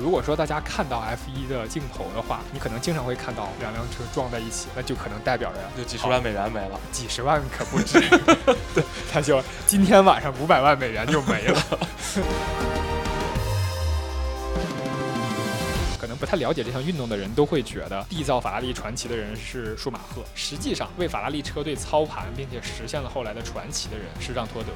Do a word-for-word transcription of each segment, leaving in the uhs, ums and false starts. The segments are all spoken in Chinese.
如果说大家看到 F 一 的镜头的话，你可能经常会看到两辆车撞在一起，那就可能代表着就几十万美元没了， 几十万可不止对，他就今天晚上五百万美元就没了可能不太了解这项运动的人都会觉得缔造法拉利传奇的人是舒马赫，实际上为法拉利车队操盘并且实现了后来的传奇的人是让托德。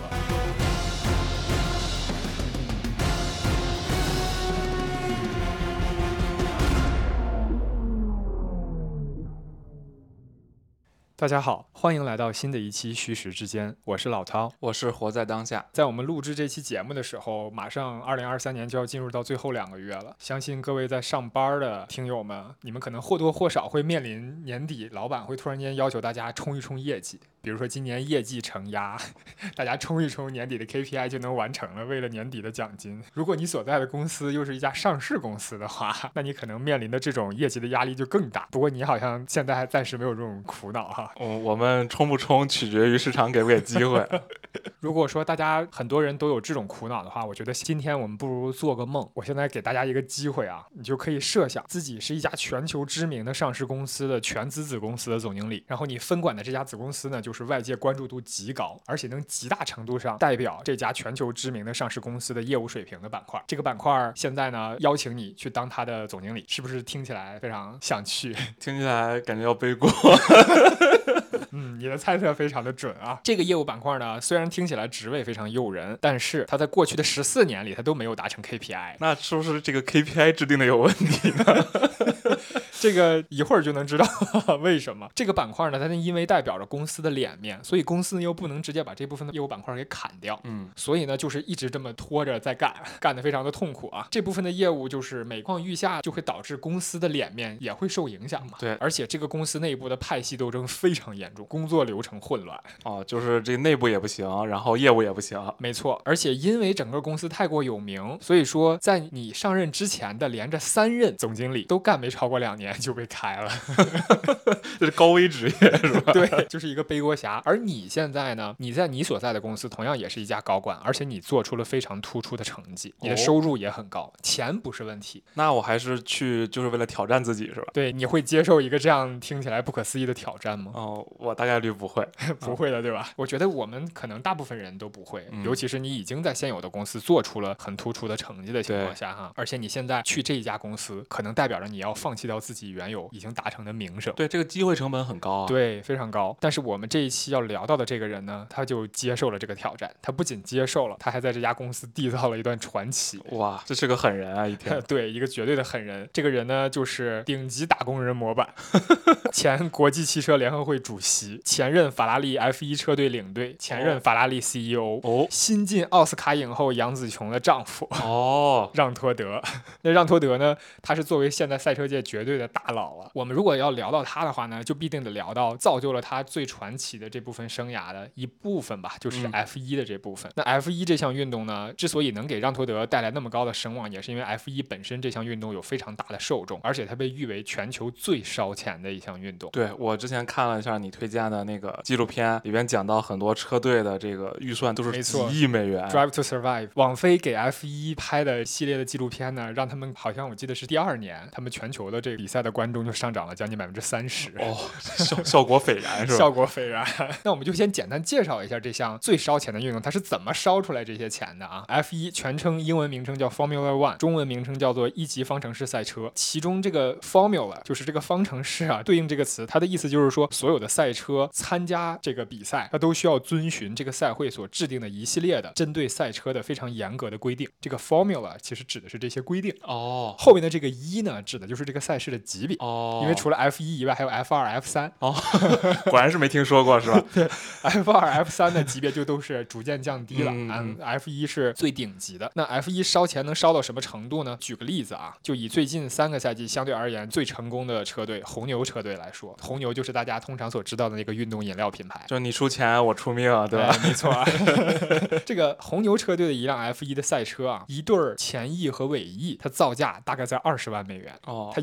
大家好，欢迎来到新的一期虚实之间，我是老涛， 我是活在当下。 在我们录制这期节目的时候，马上二零二三年就要进入到最后两个月了，相信各位在上班的听友们，你们可能或多或少会面临年底老板会突然间要求大家冲一冲业绩，比如说今年业绩承压，大家冲一冲年底的 K P I 就能完成了，为了年底的奖金。如果你所在的公司又是一家上市公司的话，那你可能面临的这种业绩的压力就更大。不过你好像现在还暂时没有这种苦恼哈。 嗯，我们冲不冲取决于市场给不给机会如果说大家很多人都有这种苦恼的话，我觉得今天我们不如做个梦。我现在给大家一个机会啊，你就可以设想自己是一家全球知名的上市公司的全资子公司的总经理，然后你分管的这家子公司呢，就是外界关注度极高，而且能极大程度上代表这家全球知名的上市公司的业务水平的板块。这个板块现在呢，邀请你去当他的总经理，是不是听起来非常想去？ 听起来感觉要背锅嗯，你的猜测非常的准啊。这个业务板块呢，虽然听起来职位非常诱人，但是它在过去的十四年里，它都没有达成 K P I。 那是不是这个 K P I 制定的有问题呢？ 这个一会儿就能知道为什么。这个板块呢，它因为代表着公司的脸面，所以公司又不能直接把这部分的业务板块给砍掉。 嗯， 所以呢，就是一直这么拖着在干，干得非常的痛苦啊。这部分的业务就是每况愈下，就会导致公司的脸面也会受影响嘛。 对， 而且这个公司内部的派系斗争非常严重，工作流程混乱。 哦，就是这内部也不行，然后业务也不行。 没错，而且因为整个公司太过有名，所以说在你上任之前的连着三任总经理都干没超过两年就被开了这是高危职业是吧？ 对，就是一个背锅侠。而你现在呢，你在你所在的公司同样也是一家高管，而且你做出了非常突出的成绩，你的收入也很高，哦、钱不是问题。 那我还是去就是为了挑战自己是吧？ 对，你会接受一个这样听起来不可思议的挑战吗？ 哦，我大概率不会不会的对吧？我觉得我们可能大部分人都不会、 嗯、 尤其是你已经在现有的公司做出了很突出的成绩的情况下哈，而且你现在去这一家公司可能代表着你要放弃掉自己原有已经达成的名声。 对，这个机会成本很高啊。 对，非常高。但是我们这一期要聊到的这个人呢，他就接受了这个挑战，他不仅接受了，他还在这家公司缔造了一段传奇。 哇，这是个狠人啊，一听对，一个绝对的狠人。这个人呢，就是顶级打工人模板前国际汽车联合会主席，前任法拉利 F 一 车队领队，前任法拉利 C E O， 哦， 新晋奥斯卡影后杨紫琼的丈夫哦， 让托德。那让托德呢，他是作为现代赛车界绝对的大佬了。我们如果要聊到他的话呢，就必定得聊到造就了他最传奇的这部分生涯的一部分吧，就是 F 一 的这部分、嗯、那 F 一 这项运动呢，之所以能给让托德带来那么高的声望，也是因为 F 一 本身这项运动有非常大的受众，而且它被誉为全球最烧钱的一项运动。 对，我之前看了一下你推荐的那个纪录片，里边讲到很多车队的这个预算都是几亿美元。 Drive to Survive 网飞给 F 一 拍的系列的纪录片呢，让他们好像我记得是第二年，他们全球的这个比赛的观众就上涨了将近百分之三十。 哦，效效果斐然是吧？ 效果斐然。那我们就先简单介绍一下这项最烧钱的运动，它是怎么烧出来这些钱的啊 ？F 一 全称英文名称叫 Formula One， 中文名称叫做一级方程式赛车。其中这个 Formula 就是这个方程式啊，对应这个词，它的意思就是说，所有的赛车参加这个比赛，它都需要遵循这个赛会所制定的一系列的针对赛车的非常严格的规定。这个 Formula 其实指的是这些规定哦。 后面的这个一呢，指的就是这个赛事的级别哦。 因为除了 F 一 以外，还有 F 二、F 三哦。果然是没听说过是吧？ 对 ，F 二、F 三的级别就都是逐渐降低了， 嗯嗯 F 一 是最顶级的。那 F 一 烧钱能烧到什么程度呢？举个例子啊，就以最近三个赛季相对而言最成功的车队红牛车队来说，红牛就是大家通常所知道的那个运动饮料品牌， 就是你出钱我出命，对吧？ 哎、没错、啊。这个红牛车队的一辆 F 一 的赛车啊，一对前翼和尾翼，它造价大概在二十万美元。 哦， 它一个方向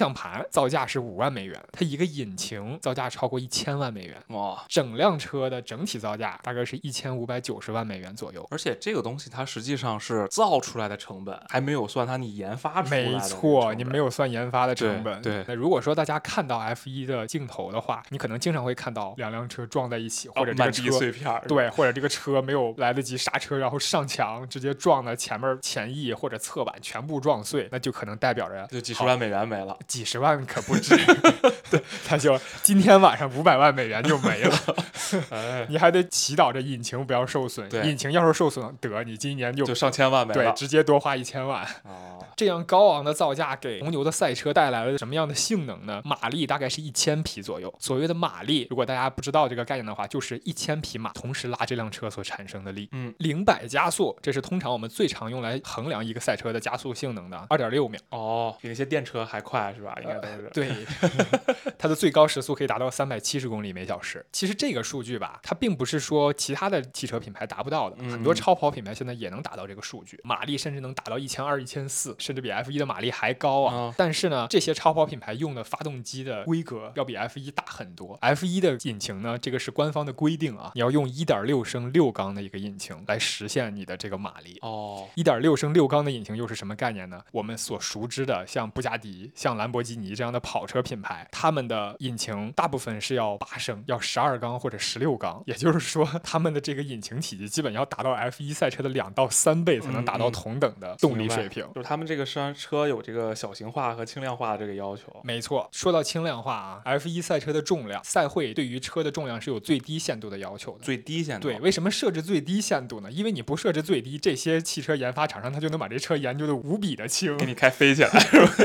向盘造价是五万美元，它一个引擎造价超过一千万美元， 哇！ 整辆车的整体造价大概是一千五百九十万美元左右。 而且这个东西它实际上是造出来的成本，还没有算它你研发出来的。 没错，你没有算研发的成本。 对，对那如果说大家看到 F 一 的镜头的话，你可能经常会看到两辆车撞在一起，或者这个车、 哦、碎片， 对，或者这个车没有来得及刹车，然后上墙直接撞的前面前翼或者侧板全部撞碎，那就可能代表着就几十万美元没了， 几十万可不止。对，他就今天晚上五百万美元就没了。哎、你还得祈祷着引擎不要受损，引擎要是受损，得你今年就就上千万没了， 对，直接多花一千万。 哦， 这样高昂的造价给红牛的赛车带来了什么样的性能呢？马力大概是一千匹左右。所谓的马力，如果大家不知道这个概念的话，就是一千匹马同时拉这辆车所产生的力。 嗯， 零百加速，这是通常我们最常用来衡量一个赛车的加速性能的，二点六秒。 哦，比那些电车还快是吧？应该都是。 呃、对，它的最高时速可以达到三百七十公里每小时。其实这个数据吧，它并不是说其他的汽车品牌达不到的， 嗯、 很多超跑品牌现在也能达到这个数据，马力甚至能达到一千二、一千四，甚至比 F 一 的马力还高啊。 哦、 但是呢，这些超跑品牌用的发动机的规格要比 F 一 大很多。F 一 的引擎呢，这个是官方的规定啊，你要用 一点六升六缸的一个引擎来实现你的这个马力。 哦 ， 一点六升六缸的引擎又是什么概念呢？我们所熟知的像布加迪、像兰博基尼这样的跑车品牌，他们的引擎大部分是要八升，要十二缸或者十六缸，也就是说，他们的这个引擎体积基本要达到 F 一 赛车的两到三倍才能达到同等的动力水平。 嗯、就是他们这个车有这个小型化和轻量化的这个要求。 没错，说到轻量化啊 ，F 一 赛车的重量，赛会对于车的重量是有最低限度的要求的。 最低限度。 对，为什么设置最低限度呢？因为你不设置最低，这些汽车研发厂商他就能把这车研究的无比的轻， 给你开飞起来。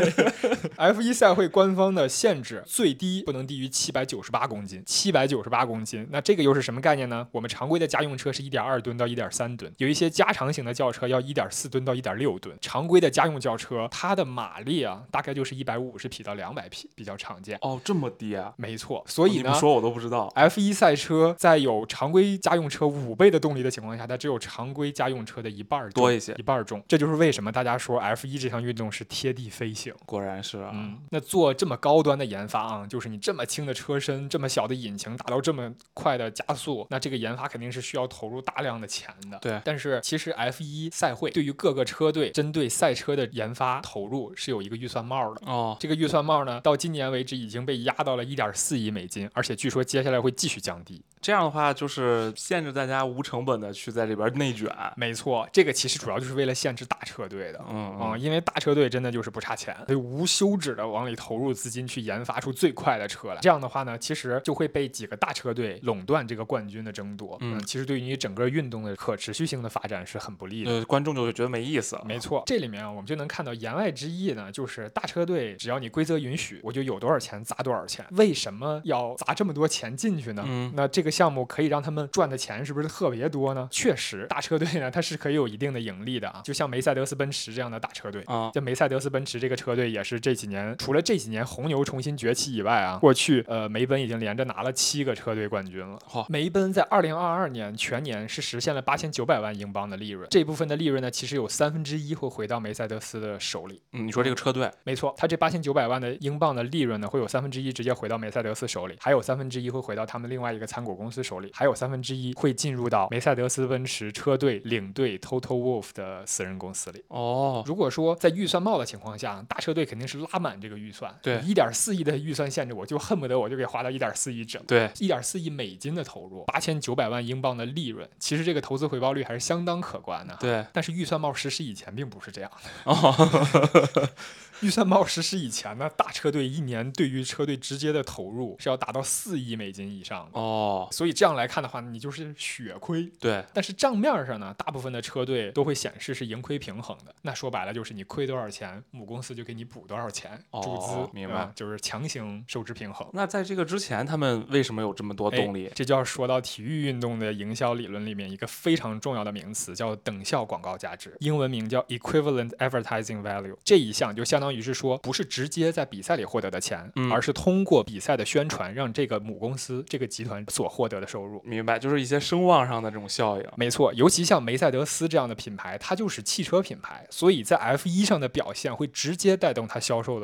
F 一 赛会官方的限制最低不能低于七百九十八公斤，七百九十八公斤，那这个又是什么概念呢？我们常规的家用车是一点二吨到一点三吨，有一些加长型的轿车要一点四吨到一点六吨，常规的家用轿车它的马力啊大概就是一百五十匹到两百匹，比较常见。 哦，这么低啊？ 没错，所以呢， 你不说我都不知道。 F 一 赛车在有常规家用车五倍的动力的情况下，它只有常规家用车的一半多一些， 一半重。这就是为什么大家说 F 一 这项运动是贴地飞行。 果然是啊。 嗯，那做这么高端的研发啊，就是你这么轻的车身，这么小的引擎，达到这么快的加速，那这个研发肯定是需要投入大量的钱的。 对。 但是其实 F 一 赛会对于各个车队针对赛车的研发投入是有一个预算帽的。 哦。 这个预算帽呢，到今年为止已经被压到了一点四亿美金，而且据说接下来会继续降低。 这样的话就是限制大家无成本的去在里边内卷。 没错，这个其实主要就是为了限制大车队的。 嗯嗯，因为大车队真的就是不差钱，所以无休止的往里投入资金去研发出最快的车来。这样的话呢，其实就会被几个大车队垄断这个冠军的争夺。嗯，其实对于你整个运动的可持续性的发展是很不利的。 呃，观众就会觉得没意思了。 没错，这里面啊，我们就能看到言外之意呢，就是大车队只要你规则允许，我就有多少钱砸多少钱。为什么要砸这么多钱进去呢？ 嗯， 那这个项目可以让他们赚的钱是不是特别多呢？确实，大车队呢，它是可以有一定的盈利的啊。就像梅赛德斯奔驰这样的大车队啊， 像梅赛德斯奔驰这个车队也是这几年，除了这几年红牛重新崛起以外啊，过去呃梅奔已经连着拿了七个车队冠军了。 好， 梅奔在二零二二年全年是实现了八千九百万英镑的利润，这部分的利润呢，其实有三分之一会回到梅赛德斯的手里。 嗯，你说这个车队？ 没错，它这八千九百万的英镑的利润呢，会有三分之一直接回到梅赛德斯手里，还有三分之一会回到他们另外一个参股公司手里，还有三分之一会进入到梅赛德斯奔驰车队领队 Toto Wolff 的私人公司里。 哦， 如果说在预算帽的情况下，大车队肯定是拉满这个预算。 对， 一点四亿的预算限制，我就恨不得我就给花到一点四亿整。 对， 一点四亿美金的投入，八千九百万英镑的利润，其实这个投资回报率还是相当可观的。 对， 但是预算帽实施以前并不是这样的。 哦。 预算帽实施以前呢，大车队一年对于车队直接的投入是要达到四亿美金以上的哦， 所以这样来看的话，你就是血亏。 对， 但是账面上呢，大部分的车队都会显示是盈亏平衡的。那说白了就是你亏多少钱，母公司就给你补多少钱， 哦、 注资， 明白、 嗯，就是强行收支平衡。 那在这个之前，他们为什么有这么多动力？ 哎、这就要说到体育运动的营销理论里面一个非常重要的名词，叫等效广告价值，英文名叫 equivalent advertising value。这一项就相当于是说，不是直接在比赛里获得的钱、 嗯、 而是通过比赛的宣传让这个母公司这个集团所获得的收入。 明白，就是一些声望上的这种效应。 没错，尤其像梅赛德斯这样的品牌，它就是汽车品牌，所以在 F 一 上的表现会直接带动它销售的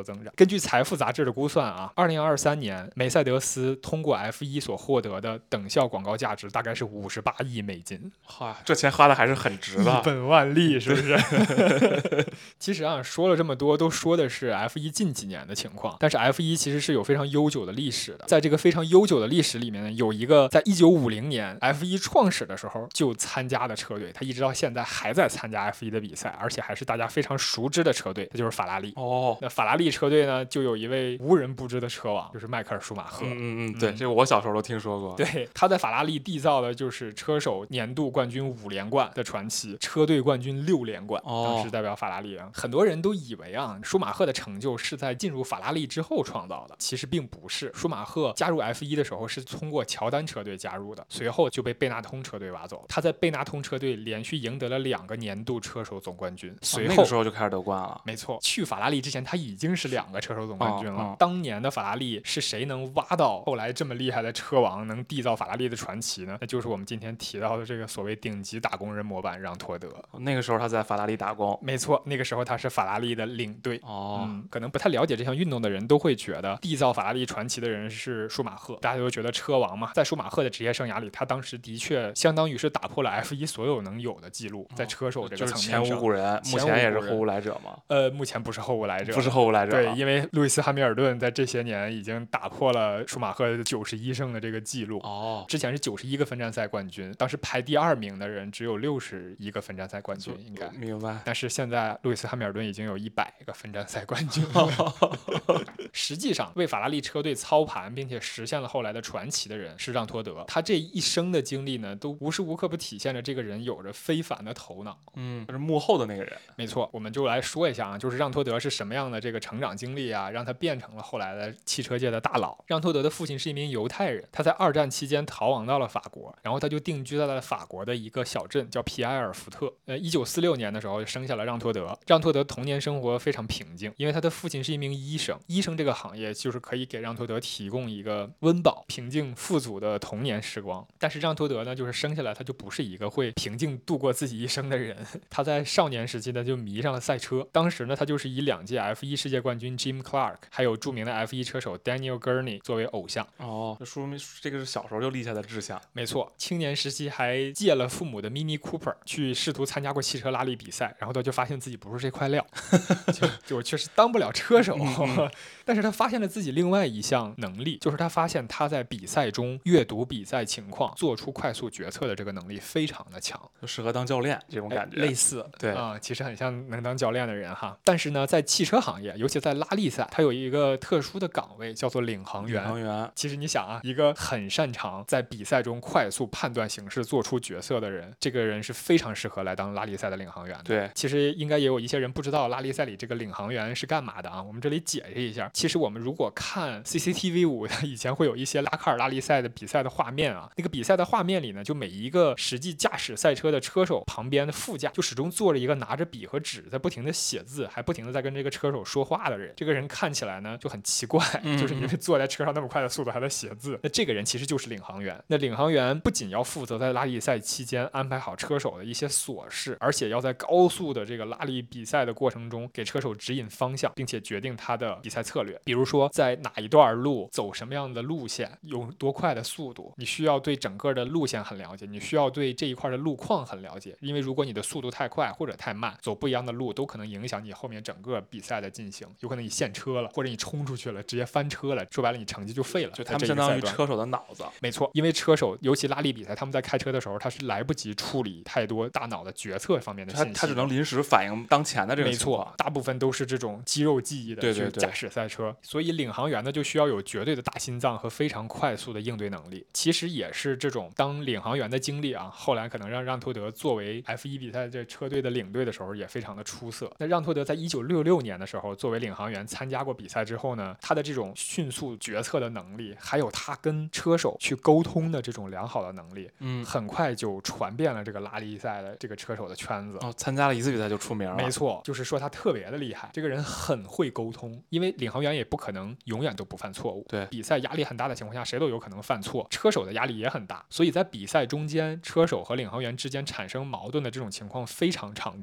增长。根据财富杂志的估算啊，二零二三年梅赛德斯通过 F 一 所获得的等效广告价值大概是五十八亿美金。 哇，这钱花的还是很值的， 一本万利，是不是？其实啊，说了这么多，都说的是 F 一 近几年的情况，但是 F 一 其实是有非常悠久的历史的。在这个非常悠久的历史里面呢，有一个在一九五零年 F 一 创始的时候就参加的车队，他一直到现在还在参加 F 一 的比赛，而且还是大家非常熟知的车队，那就是法拉利。 哦， 那法拉利车队呢，就有一位无人不知的车王，就是迈克尔舒马赫。 嗯嗯嗯，对，这个我小时候都听说过。 对，他在法拉利缔造的就是车手年度冠军五连冠的传奇，车队冠军六连冠， 哦、 当时代表法拉利啊。很多人都以为啊，舒马赫的成就是在进入法拉利之后创造的，其实并不是。舒马赫加入 F 一 的时候是通过乔丹车队加入的，随后就被贝纳通车队挖走。他在贝纳通车队连续赢得了两个年度车手总冠军，随后、 哦、那个时候就开始得冠了。 没错，去法拉利之前他已经是两个车手总冠军了。 哦哦、 当年的法拉利是谁能挖到后来这么厉害的车王，能缔造法拉利的传奇呢？那就是我们今天提到的这个所谓顶级打工人模板让托德。 那个时候他在法拉利打工。 没错，那个时候他是法拉利的领队。 哦、 嗯，可能不太了解这项运动的人都会觉得缔造法拉利传奇的人是舒马赫，大家都觉得车王嘛。在舒马赫的职业生涯里，他当时的确相当于是打破了 F 一 所有能有的记录，在车手这个层面上， 就是前无古人，目前也是后无来者嘛。 呃，目前不是后无来者， 不是后无来者。 对，因为路易斯·汉密尔顿在这些年已经打破了舒马赫九十一胜的这个记录。 哦， 之前是九十一个分站赛冠军，当时排第二名的人只有六十一个分站赛冠军，应该明白。 但是现在路易斯·汉密尔顿已经有一百个分站赛冠军了。实际上，为法拉利车队操盘并且实现了后来的传奇的人是让托德。他这一生的经历呢，都无时无刻不体现着这个人有着非凡的头脑。 嗯，就是幕后的那个人。 没错，我们就来说一下啊，就是让托德是什么样的这个成长经历啊，让他变成了后来的汽车界的大佬。让托德的父亲是一名犹太人，他在二战期间逃亡到了法国，然后他就定居在了法国的一个小镇叫皮埃尔福特。呃，一九四六年的时候生下了让托德。让托德童年生活非常平静，因为他的父亲是一名医生，医生这个行业就是可以给让托德提供一个温饱、平静、富足的童年时光。但是让托德呢，就是生下来他就不是一个会平静度过自己一生的人。他在少年时期呢就迷上了赛车，当时呢他就是以两届 F 一 世界冠军 Jim Clark 还有著名的 F 一 车手 Daniel Gurney 作为偶像。 哦，这说明这个是小时候就立下的志向。 没错，青年时期还借了父母的 Mini Cooper 去试图参加过汽车拉力比赛，然后他就发现自己不是这块料，就就确实当不了车手。 嗯、 但是他发现了自己另外一项能力，就是他发现他在比赛中阅读比赛情况，做出快速决策的这个能力非常的强， 就适合当教练这种感觉。 类似， 对啊、呃，其实很像能当教练的人哈。但是呢，在汽车行业，尤其在拉力赛，他有一个特殊的岗位叫做领航员。 领航员， 其实你想啊，一个很擅长在比赛中快速判断形势、做出决策的人，这个人是非常适合来当拉力赛的领航员的。 对， 其实应该也有一些人不知道拉力赛里这个领航员是干嘛的啊。我们这里解释一下，其实我们如果看 C C T V 五，以前会有一些拉卡尔拉力赛的比赛的画面啊，那个比赛的画面里呢，就每一个实际驾驶赛车的车手旁边的副驾就始终坐着一个拿着笔和纸在不停的写字，还不停的在跟这个车手说话的人。这个人看起来呢就很奇怪， 嗯、 就是因为坐在车上那么快的速度还在写字。那这个人其实就是领航员。那领航员不仅要负责在拉力赛期间安排好车手的一些琐事，而且要在高速的这个拉力比赛的过程中给车手指引方向，并且决定他的比赛策略。比如说在哪一段路走什么样的路线，有多快的速度，你需要对整个的路线很了解，你需要对这一块的路况很了解，因为如果你的速度太快或者太慢，走不一样的路都可能影响你后面整个比赛的进行，有可能你陷车了，或者你冲出去了直接翻车了，说白了你成绩就废了。 就他们相当于车手的脑子。 没错，因为车手尤其拉力比赛，他们在开车的时候他是来不及处理太多大脑的决策方面的信息， 他他只能临时反应当前的这个情况。 没错，大部分都是这种肌肉记忆的去驾驶赛车。对对对，所以领航员呢就需要有绝对的大心脏和非常快速的应对能力。其实也是这种当领航员的经历啊，后来可能让让托德作为 F 一 比赛这车队的领队的时候也非常的出色。那让托德在一九六六年的时候作为领航员参加过比赛之后呢，他的这种迅速决策的能力，还有他跟车手去沟通的这种良好的能力， 嗯， 很快就传遍了这个拉力赛的这个车手的圈子。 哦，参加了一次比赛就出名了。 没错，就是说他特别的厉害，这个人很会沟通，因为领航员也不可能永远都不犯错误。 对， 比赛压力很大的情况下，谁都有可能犯错，车手的压力也很大，所以在比赛中间，车手和领航员之间产生矛盾的这种情况非常常见。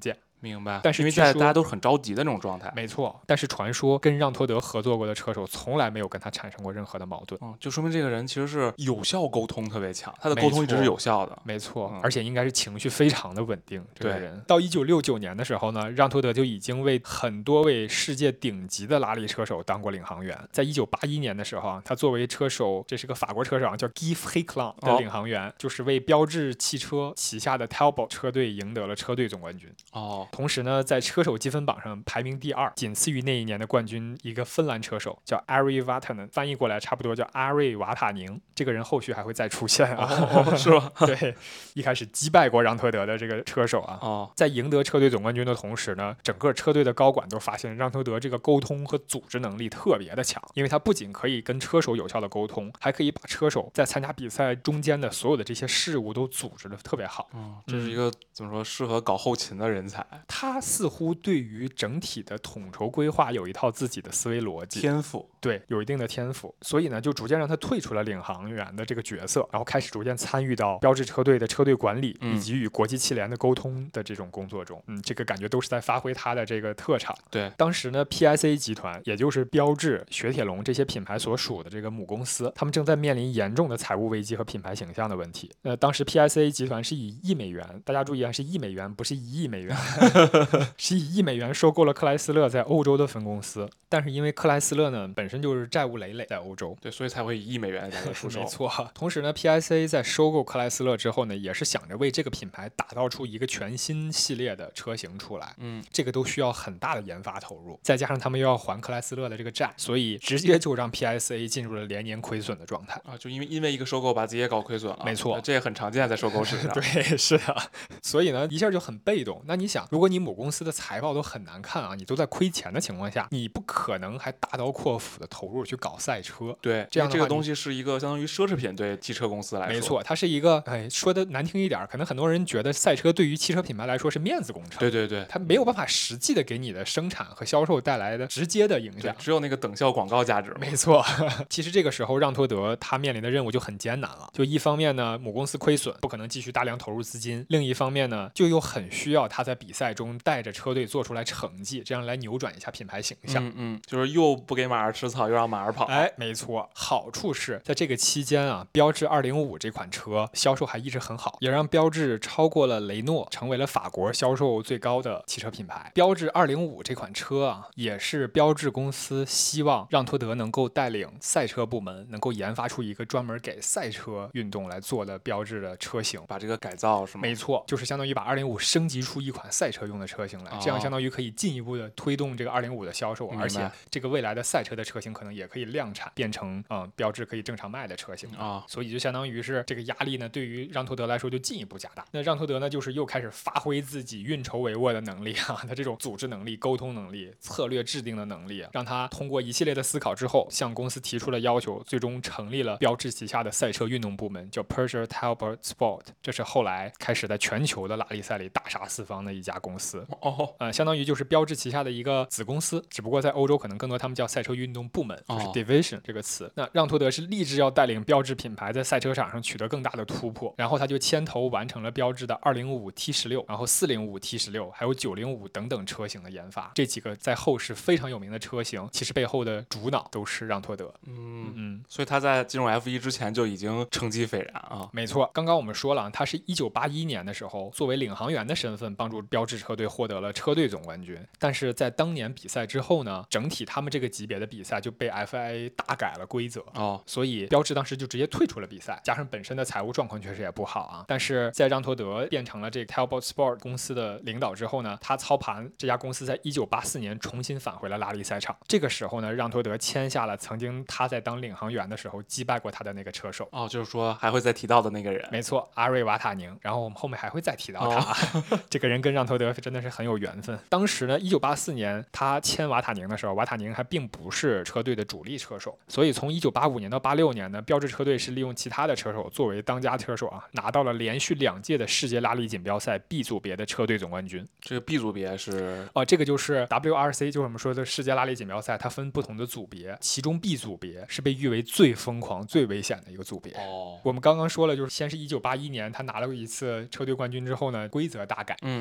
明白。 但是因为在大家都很着急的那种状态。 没错，但是传说跟让托德合作过的车手从来没有跟他产生过任何的矛盾。 嗯，就说明这个人其实是有效沟通特别强，他的沟通一直是有效的。 没错， 嗯、 而且应该是情绪非常的稳定。这个人到一九六九年的时候呢，让托德就已经为很多位世界顶级的拉力车手当过领航员。在一九八一年的时候啊，他作为车手，这是个法国车手叫 Guy Héclin 的领航员、哦，就是为标致汽车旗下的 Talbot 车队赢得了车队总冠军。 哦， 同时呢，在车手积分榜上排名第二，仅次于那一年的冠军一个芬兰车手叫 Ari Vatanen， 翻译过来差不多叫阿瑞瓦塔宁。这个人后续还会再出现啊， 哦哦、是吧？ 对，一开始击败过让托德的这个车手啊。 哦， 在赢得车队总冠军的同时呢，整个车队的高管都发现让托德这个沟通和组织能力特别的强，因为他不仅可以跟车手有效的沟通，还可以把车手在参加比赛中间的所有的这些事务都组织的特别好。 嗯，这是一个、嗯、怎么说适合搞后勤的人才。 他似乎对于整体的统筹规划有一套自己的思维逻辑， 天赋， 对，有一定的天赋，所以呢，就逐渐让他退出了领航员的这个角色，然后开始逐渐参与到标致车队的车队管理、嗯、以及与国际汽联的沟通的这种工作中。嗯，这个感觉都是在发挥他的这个特长。 对， 当时呢 ，P S A 集团也就是标致、雪铁龙这些品牌所属的这个母公司，他们正在面临严重的财务危机和品牌形象的问题。呃，当时 P S A 集团是以亿美元，大家注意啊，是亿美元，不是一亿美元，是以亿美元收购了克莱斯勒在欧洲的分公司。但是因为克莱斯勒呢本身就是债务累累在欧洲， 对，所以才会以亿美元的价格出售。 没错。同时呢 ，P S A 在收购克莱斯勒之后呢，也是想着为这个品牌打造出一个全新系列的车型出来。 嗯， 这个都需要很大的研发投入，再加上他们又要还克莱斯勒的这个债，所以直接就让 P S A 进入了连年亏损的状态啊！就因为因为一个收购把自己也搞亏损了。 没错， 这也很常见在收购市场。 对，是的。所以呢，一下就很被动。那你想，如果你母公司的财报都很难看啊，你都在亏钱的情况下，你不可能还大刀阔斧的投入去搞赛车。 对， 这样这个东西是一个相当于奢侈品，对汽车公司来说。 没错，它是一个，哎，说的难听一点，可能很多人觉得赛车对于汽车品牌来说是面子工程。 对对对， 它没有办法实际的给你的生产和销售带来的直接的影响， 只有那个等效广告价值。 没错。其实这个时候让托德他面临的任务就很艰难了，就一方面呢，母公司亏损，不可能继续大量投入资金；另一方面呢，就又很需要他在比赛中带着车队做出来成绩，这样来扭转一下品牌形象。 嗯嗯，就是又不给马儿吃草，又让马儿跑。 哎，没错。好处是在这个期间啊，标致二零五这款车销售还一直很好，也让标致超过了雷诺，成为了法国销售最高的汽车品牌。标致二零五这款车啊，也是标致公司希望让托德能够带领赛车部门，能够研发出一个专门给赛车运动来做的标致的车型， 把这个改造是吗？ 没错，就是相当于把二零五升级出一款赛车用的车型来， 哦、 这样相当于可以进一步的推动这个二零五的销售，而且这个未来的赛车的车型可能也可以量产，变成嗯标致可以正常卖的车型啊、哦， 所以就相当于是这个压力呢，对于让托德来说就进一步加大。那让托德呢，就是又开始发挥自己运筹帷幄的能力啊，他这种组织能力、沟通能力、策略制定的能力，让他通过一系列的思考之后，向公司提出了要求，最终成立了标致旗下的赛车运动部门，叫 Peugeot Talbot Sport。这是后来开始在全球的拉力赛里大杀四方的一家公司哦， 呃，相当于就是标致旗下的一个子公司，只不过在欧洲可能更多他们叫赛车运动部门，就是 division 这个词。那让托德是立志要带领标致品牌在赛车场上取得更大的突破，然后他就牵头完成了标致的二零五 T 十六，然后四零五 T 十六，还有九零五等等车型的研发。这几个在后世非常有名的车型，其实背后的主脑都是让托德。 嗯嗯，所以他在进入 F 一 之前就已经成绩斐然啊。 没错，刚刚我们说了，他是一九八一年的时候作为领航员的身份帮助标致车队获得了车队总冠军，但是在当年比赛之后呢，整体他们这个级别的比赛就被 F I A 大改了规则哦， 所以标致当时就直接退出了比赛，加上本身的财务状况确实也不好啊。但是在让托德变成了这个 Talbot Sport 公司的领导之后呢，他操盘这家公司在一九八四年重新返回了拉力赛场。这个时候呢，让托德签下了曾经他在当领航员的时候击败过他的那个车手哦，就是说还会再提到的那个人。 没错，阿瑞瓦塔宁。然后我们后面还会再提到他、哦、这个人跟让托德真的是很有缘分。当时呢一九八四年他签瓦塔宁的时候，瓦塔宁还并不是车队的主力车手，所以从一九八五年到八六年呢，标致车队是利用其他的车手作为当家车手啊，拿到了连续两届的世界拉力锦标赛 B 组别的车队总冠军。 这个 B 组别是哦、呃，这个就是 W R C， 就是我们说的世界拉力锦标赛，它分不同的组别，其中 B 组别是被誉为最疯狂最危险的一个组别。 哦， 我们刚刚说了，就是先是一九八一年他拿了一次车队冠军之后呢，规则大改， 嗯， 然后在参加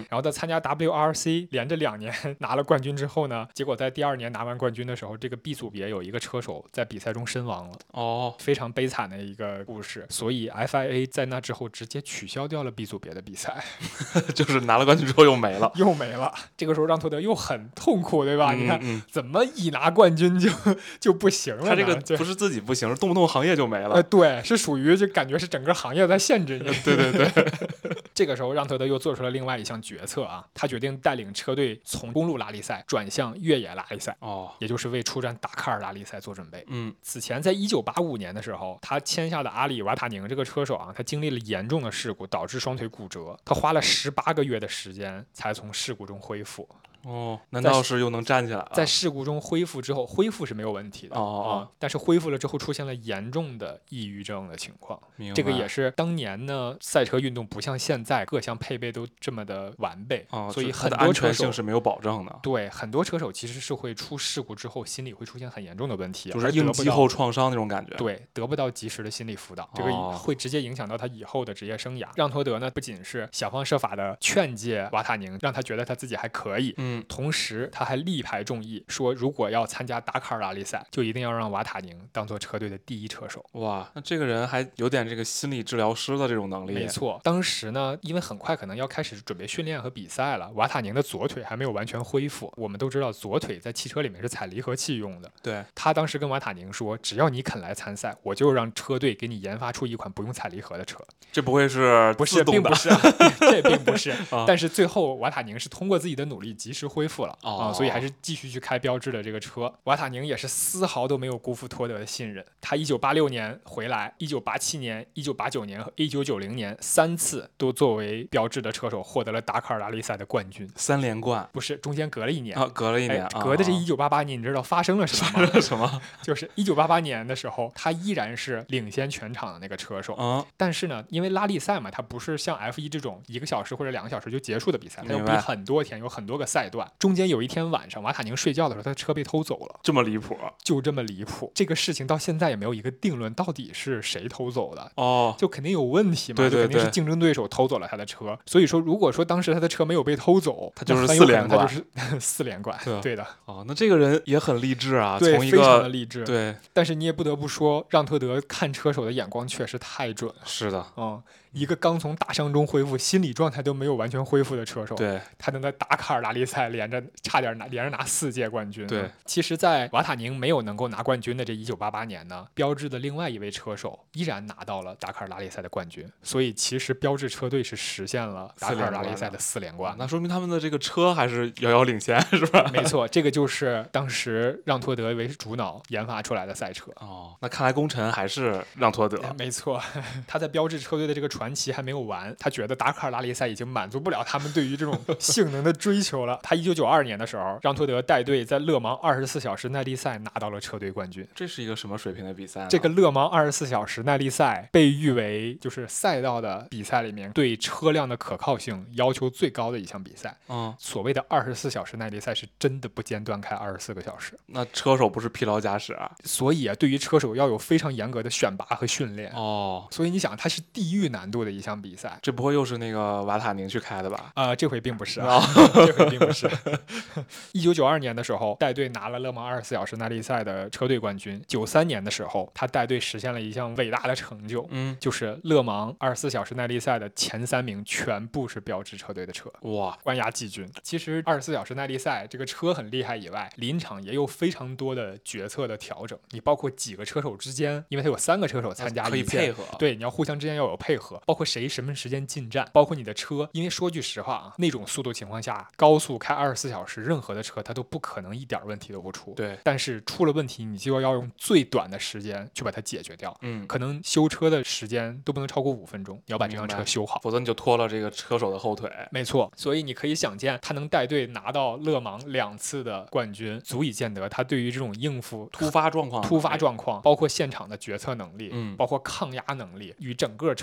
加 W R C 连着两年拿了冠军之后呢，结果在第二年拿完冠军的时候，这个 B 组别有一个车手在比赛中身亡了。 哦， 非常悲惨的一个故事，所以 F I A 在那之后直接取消掉了 B 组别的比赛， 就是拿了冠军之后又没了， 又没了。这个时候让托德又很痛苦，对吧？ 嗯、 你看、 嗯、 怎么一拿冠军就就不行了呢？ 他这个不是自己不行，是动不动行业就没了。 呃，对，是属于就感觉是整个行业在限制你。 对对对。 这个时候让托德又做出了另外一项决策啊，他决定带领车队从公路拉力赛转向越野拉力赛， 哦， 也就是为出战达喀尔拉力赛做准备。 嗯， 此前在一九八五年的时候，他签下的阿里瓦塔宁这个车手啊，他经历了严重的事故，导致双腿骨折，他花了十八个月的时间才从事故中恢复。 哦，难道是又能站起来了？ 在事故中恢复之后，恢复是没有问题的。 哦哦、 啊，但是恢复了之后出现了严重的抑郁症的情况。 明白。 这个也是当年呢，赛车运动不像现在各项配备都这么的完备， 哦、 所以很多安全性是没有保证的。 对，很多车手其实是会出事故之后心理会出现很严重的问题， 就是应激后创伤那种感觉。 对，得不到及时的心理辅导，这个会直接影响到他以后的职业生涯。让托德呢，不仅是想方设法的劝诫瓦塔宁，让他觉得他自己还可以， 嗯， 同时他还力排众议，说如果要参加达喀尔拉力赛，就一定要让瓦塔宁当做车队的第一车手。 哇，那这个人还有点这个心理治疗师的这种能力。 没错，当时呢，因为很快可能要开始准备训练和比赛了，瓦塔宁的左腿还没有完全恢复。我们都知道左腿在汽车里面是踩离合器用的。 对， 他当时跟瓦塔宁说，只要你肯来参赛，我就让车队给你研发出一款不用踩离合的车。 这不会是不是，并不是、啊，这并不是、 啊。 但是最后瓦塔宁是通过自己的努力及时恢复了、 哦、 啊，所以还是继续去开标致的这个车。瓦塔宁也是丝毫都没有辜负托德的信任。他一九八六年回来，一九八七年、一九八九年和一九九零年三次都作为标致的车手获得了达喀尔拉力赛的冠军， 三连冠。 不是，中间隔了一年啊，隔了一年， 哎、隔的这一九八八年，你知道发生了什么吗？ 什么？ 就是一九八八年的时候，他依然是领先全场的那个车手。 嗯， 但是呢，因为拉力赛嘛，它不是像 F 一 这种一个小时或者两个小时就结束的比赛，它要比很多天，有很多个赛段。中间有一天晚上，瓦塔宁睡觉的时候，他的车被偷走了。 这么离谱？ 就这么离谱。这个事情到现在也没有一个定论，到底是谁偷走的？ 哦， 就肯定有问题嘛。 对对对， 就肯定是竞争对手偷走了他的车。所以说，如果说当时他的车没有被偷走， 他就是四连冠， 他就是四连冠。对, 对的。 哦，那这个人也很励志啊， 对， 从一个非常的励志。 对， 但是你也不得不说，让托德看车手的眼光确实太准了。 是的， 嗯。一个刚从大伤中恢复，心理状态都没有完全恢复的车手， 对， 他能在达喀尔拉力赛连着差点拿连着拿四届冠军。 对， 其实，在瓦塔宁没有能够拿冠军的这一九八八年呢，标致的另外一位车手依然拿到了达喀尔拉力赛的冠军。所以，其实标致车队是实现了达喀尔拉力赛的四连冠。 那说明他们的这个车还是遥遥领先，是吧？ 没错，这个就是当时让托德为主脑研发出来的赛车。 哦，那看来功臣还是让托德。 没错，他在标致车队的这个传奇还没有完。他觉得达喀尔拉力赛已经满足不了他们对于这种性能的追求了。他一九九二年的时候，让托德带队在勒芒二十四小时耐力赛拿到了车队冠军。 这是一个什么水平的比赛呢？ 这个勒芒二十四小时耐力赛被誉为就是赛道的比赛里面对车辆的可靠性要求最高的一项比赛。 嗯， 所谓的二十四小时耐力赛是真的不间断开二十四个小时。 那车手不是疲劳驾驶啊？ 所以啊，对于车手要有非常严格的选拔和训练。 哦， 所以你想，它是地狱难度的一项比赛。 这不会又是那个瓦塔宁去开的吧？ 啊、呃，这回并不是，啊，这回并不是。一九九二年的时候，带队拿了勒芒二十四小时耐力赛的车队冠军。九三年的时候，他带队实现了一项伟大的成就， 嗯， 就是勒芒二十四小时耐力赛的前三名全部是标致车队的车。 哇， 冠亚季军。其实二十四小时耐力赛这个车很厉害以外，临场也有非常多的决策的调整。你包括几个车手之间，因为他有三个车手参加， 可以配合。 对，你要互相之间要有配合，包括谁什么时间进站。包括你的车，因为说句实话啊，那种速度情况下，高速开二十四小时，任何的车它都不可能一点问题都不出。 对， 但是出了问题，你就要用最短的时间去把它解决掉。 嗯， 可能修车的时间都不能超过五分钟，你要把这辆车修好， 否则你就拖了这个车手的后腿。 没错，所以你可以想见，他能带队拿到勒芒两次的冠军，足以见得他对于这种应付突发状况、 突发状况，包括现场的决策能力， 嗯， 包括抗压能力，与整个车队的沟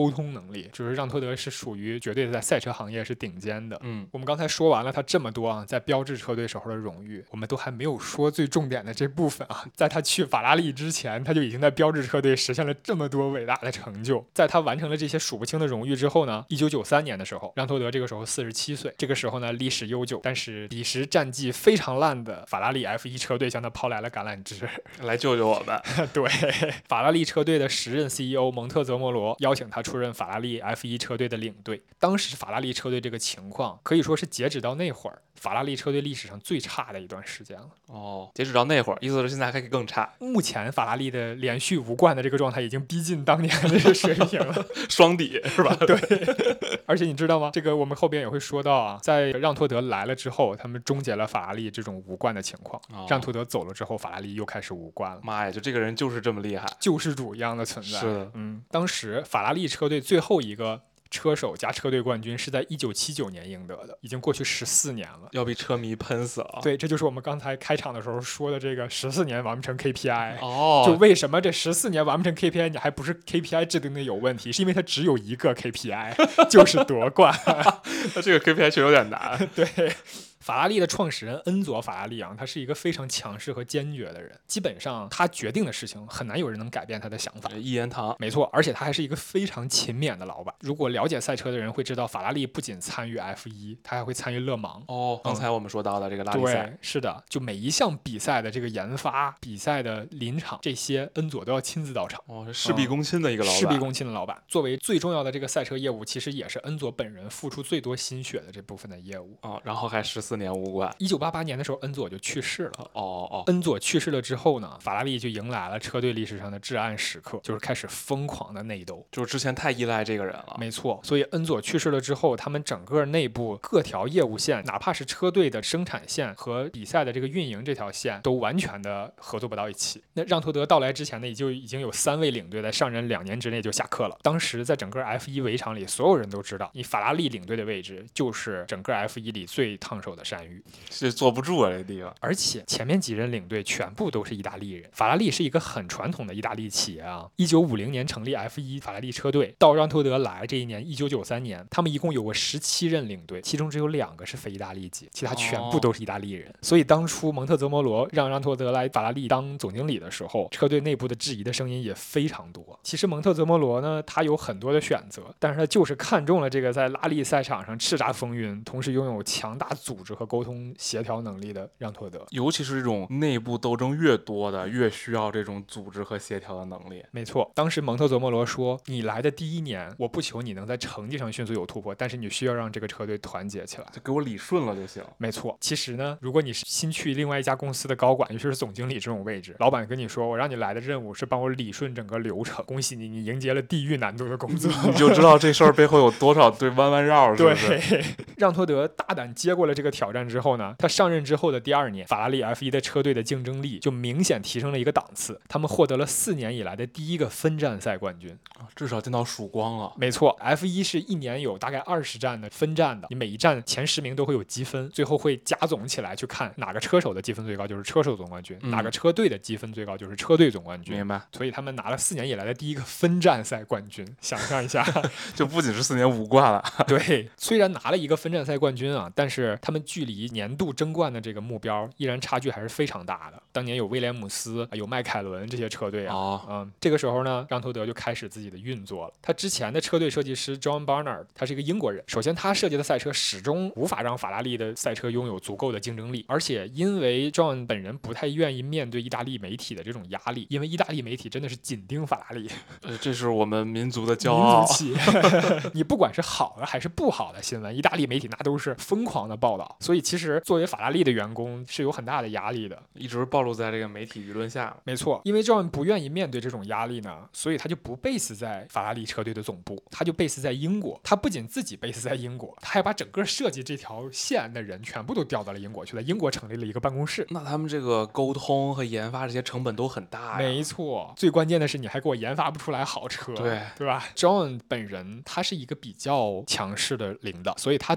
沟通能力，就是让托德是属于绝对在赛车行业是顶尖的。 嗯， 我们刚才说完了他这么多啊，在标致车队时候的荣誉，我们都还没有说最重点的这部分啊。在他去法拉利之前，他就已经在标致车队实现了这么多伟大的成就。在他完成了这些数不清的荣誉之后呢，一九九三年的时候，让托德这个时候四十七岁，这个时候呢历史悠久，但是彼时战绩非常烂的法拉利 F 一 车队向他抛来了橄榄枝， 来救救我们。 对，法拉利车队的时任 C E O 蒙特泽摩罗邀请他出任法拉利 F 一 车队的领队。当时法拉利车队这个情况可以说是截止到那会儿法拉利车队历史上最差的一段时间了。 哦，截止到那会儿，意思是现在还可以更差。 目前法拉利的连续无冠的这个状态已经逼近当年的这个水平了， 双底是吧？ 对。而且你知道吗？这个我们后边也会说到啊，在让托德来了之后，他们终结了法拉利这种无冠的情况。哦、让托德走了之后，法拉利又开始无冠了。 妈呀，就这个人就是这么厉害， 救世主一样的存在。 是的， 嗯，当时法拉利车队最后一个车手加车队冠军是在一九七九年赢得的，已经过去十四年了， 要被车迷喷死了。 对，这就是我们刚才开场的时候说的这个十四年完不成 K P I。 哦， 就为什么这十四年完不成 K P I， 你还不是 K P I 制定的有问题，是因为它只有一个 K P I， 就是夺冠。 那这个 K P I 确实有点难。 对。法拉利的创始人恩佐·法拉利啊，他是一个非常强势和坚决的人，基本上他决定的事情很难有人能改变他的想法。 一言堂， 没错，而且他还是一个非常勤勉的老板。如果了解赛车的人会知道，法拉利不仅参与 F 一，他还会参与勒芒。 哦，刚才我们说到的这个拉力赛， 对，是的，就每一项比赛的这个研发、比赛的临场，这些恩佐都要亲自到场。 哦，是事必躬亲的一个老板， 事必躬亲的老板。作为最重要的这个赛车业务，其实也是恩佐本人付出最多心血的这部分的业务。 哦，然后还十四年无冠。 一九八八年的时候，恩佐就去世了。 哦哦， 恩佐去世了之后呢，法拉利就迎来了车队历史上的至暗时刻，就是开始疯狂的内斗。 就是之前太依赖这个人了。 没错，所以恩佐去世了之后，他们整个内部各条业务线，哪怕是车队的生产线和比赛的这个运营这条线，都完全的合作不到一起。那让托德到来之前呢，也就已经有三位领队在上任两年之内就下课了。当时在整个 F 一 围场里，所有人都知道，你法拉利领队的位置就是整个 F 一 里最烫手的山芋。 是坐不住啊，这地方。 而且前面几任领队全部都是意大利人。法拉利是一个很传统的意大利企业啊。一九五零年成立 F 一 法拉利车队，到让托德来这一年，一九九三年，他们一共有过十七任领队，其中只有两个是非意大利籍，其他全部都是意大利人。哦、所以当初蒙特泽摩罗让让托德来法拉利当总经理的时候，车队内部的质疑的声音也非常多。其实蒙特泽摩罗呢，他有很多的选择，但是他就是看中了这个在拉力赛场上叱咤风云，同时拥有强大组织和沟通协调能力的让托德。 尤其是这种内部斗争越多的，越需要这种组织和协调的能力。 没错，当时蒙特泽摩罗说，你来的第一年，我不求你能在成绩上迅速有突破，但是你需要让这个车队团结起来， 就给我理顺了就行。 没错，其实呢，如果你是新去另外一家公司的高管，尤其是总经理这种位置，老板跟你说，我让你来的任务是帮我理顺整个流程，恭喜你，你迎接了地狱难度的工作， 你就知道这事儿背后有多少对弯弯绕，是不是？ 对，让托德大胆接过了这个挑战之后呢，他上任之后的第二年，法拉利 F 一 的车队的竞争力就明显提升了一个档次，他们获得了四年以来的第一个分站赛冠军， 至少见到曙光了。 没错 ，F 一 是一年有大概二十站的分站的，你每一站前十名都会有积分，最后会加总起来去看哪个车手的积分最高就是车手总冠军，嗯、哪个车队的积分最高就是车队总冠军。 明白。 所以他们拿了四年以来的第一个分站赛冠军，想象一下， 就不仅是四年无冠了。 对，虽然拿了一个分站赛冠军啊，但是他们距离年度争冠的这个目标依然差距还是非常大的。当年有威廉姆斯、有迈凯伦这些车队啊， 哦、 嗯，这个时候呢，让托德就开始自己的运作了。他之前的车队设计师 John Barnard， 他是一个英国人。首先，他设计的赛车始终无法让法拉利的赛车拥有足够的竞争力，而且因为 John 本人不太愿意面对意大利媒体的这种压力，因为意大利媒体真的是紧盯法拉利， 呃，这是我们民族的骄傲。 民族气，你不管是好的还是不好的新闻，意大利媒体那都是疯狂的报道。所以其实作为法拉利的员工是有很大的压力的， 一直暴露在这个媒体舆论下。 没错，因为 John 不愿意面对这种压力呢，所以他就不 base 在法拉利车队的总部，他就 base 在英国。他不仅自己 base 在英国，他还把整个设计这条线的人全部都调到了英国去，在英国成立了一个办公室。 那他们这个沟通和研发这些成本都很大呀。 没错，最关键的是你还给我研发不出来好车， 对对吧？ John 本人他是一个比较强势的领导，所以他对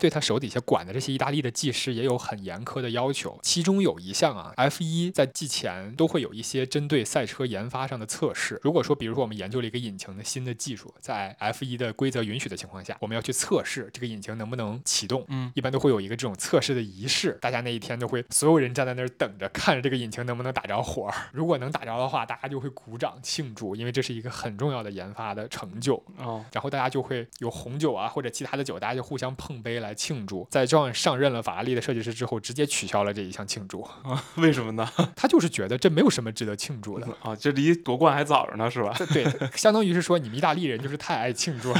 对他手底下管的这些意大利的技师也有很严苛的要求，其中有一项啊 F 一 在季前都会有一些针对赛车研发上的测试。如果说比如说我们研究了一个引擎的新的技术，在 F 一 的规则允许的情况下，我们要去测试这个引擎能不能启动， 嗯， 一般都会有一个这种测试的仪式，大家那一天就会所有人站在那儿等着看着这个引擎能不能打着火，如果能打着的话，大家就会鼓掌庆祝，因为这是一个很重要的研发的成就。 哦， 然后大家就会有红酒啊或者其他的酒，大家就互相碰杯来庆祝。在 John 上任了法拉利的设计师之后，直接取消了这一项庆祝啊？为什么呢？ 他就是觉得这没有什么值得庆祝的啊，这离夺冠还早着呢，是吧？ 对，相当于是说你们意大利人就是太爱庆祝了。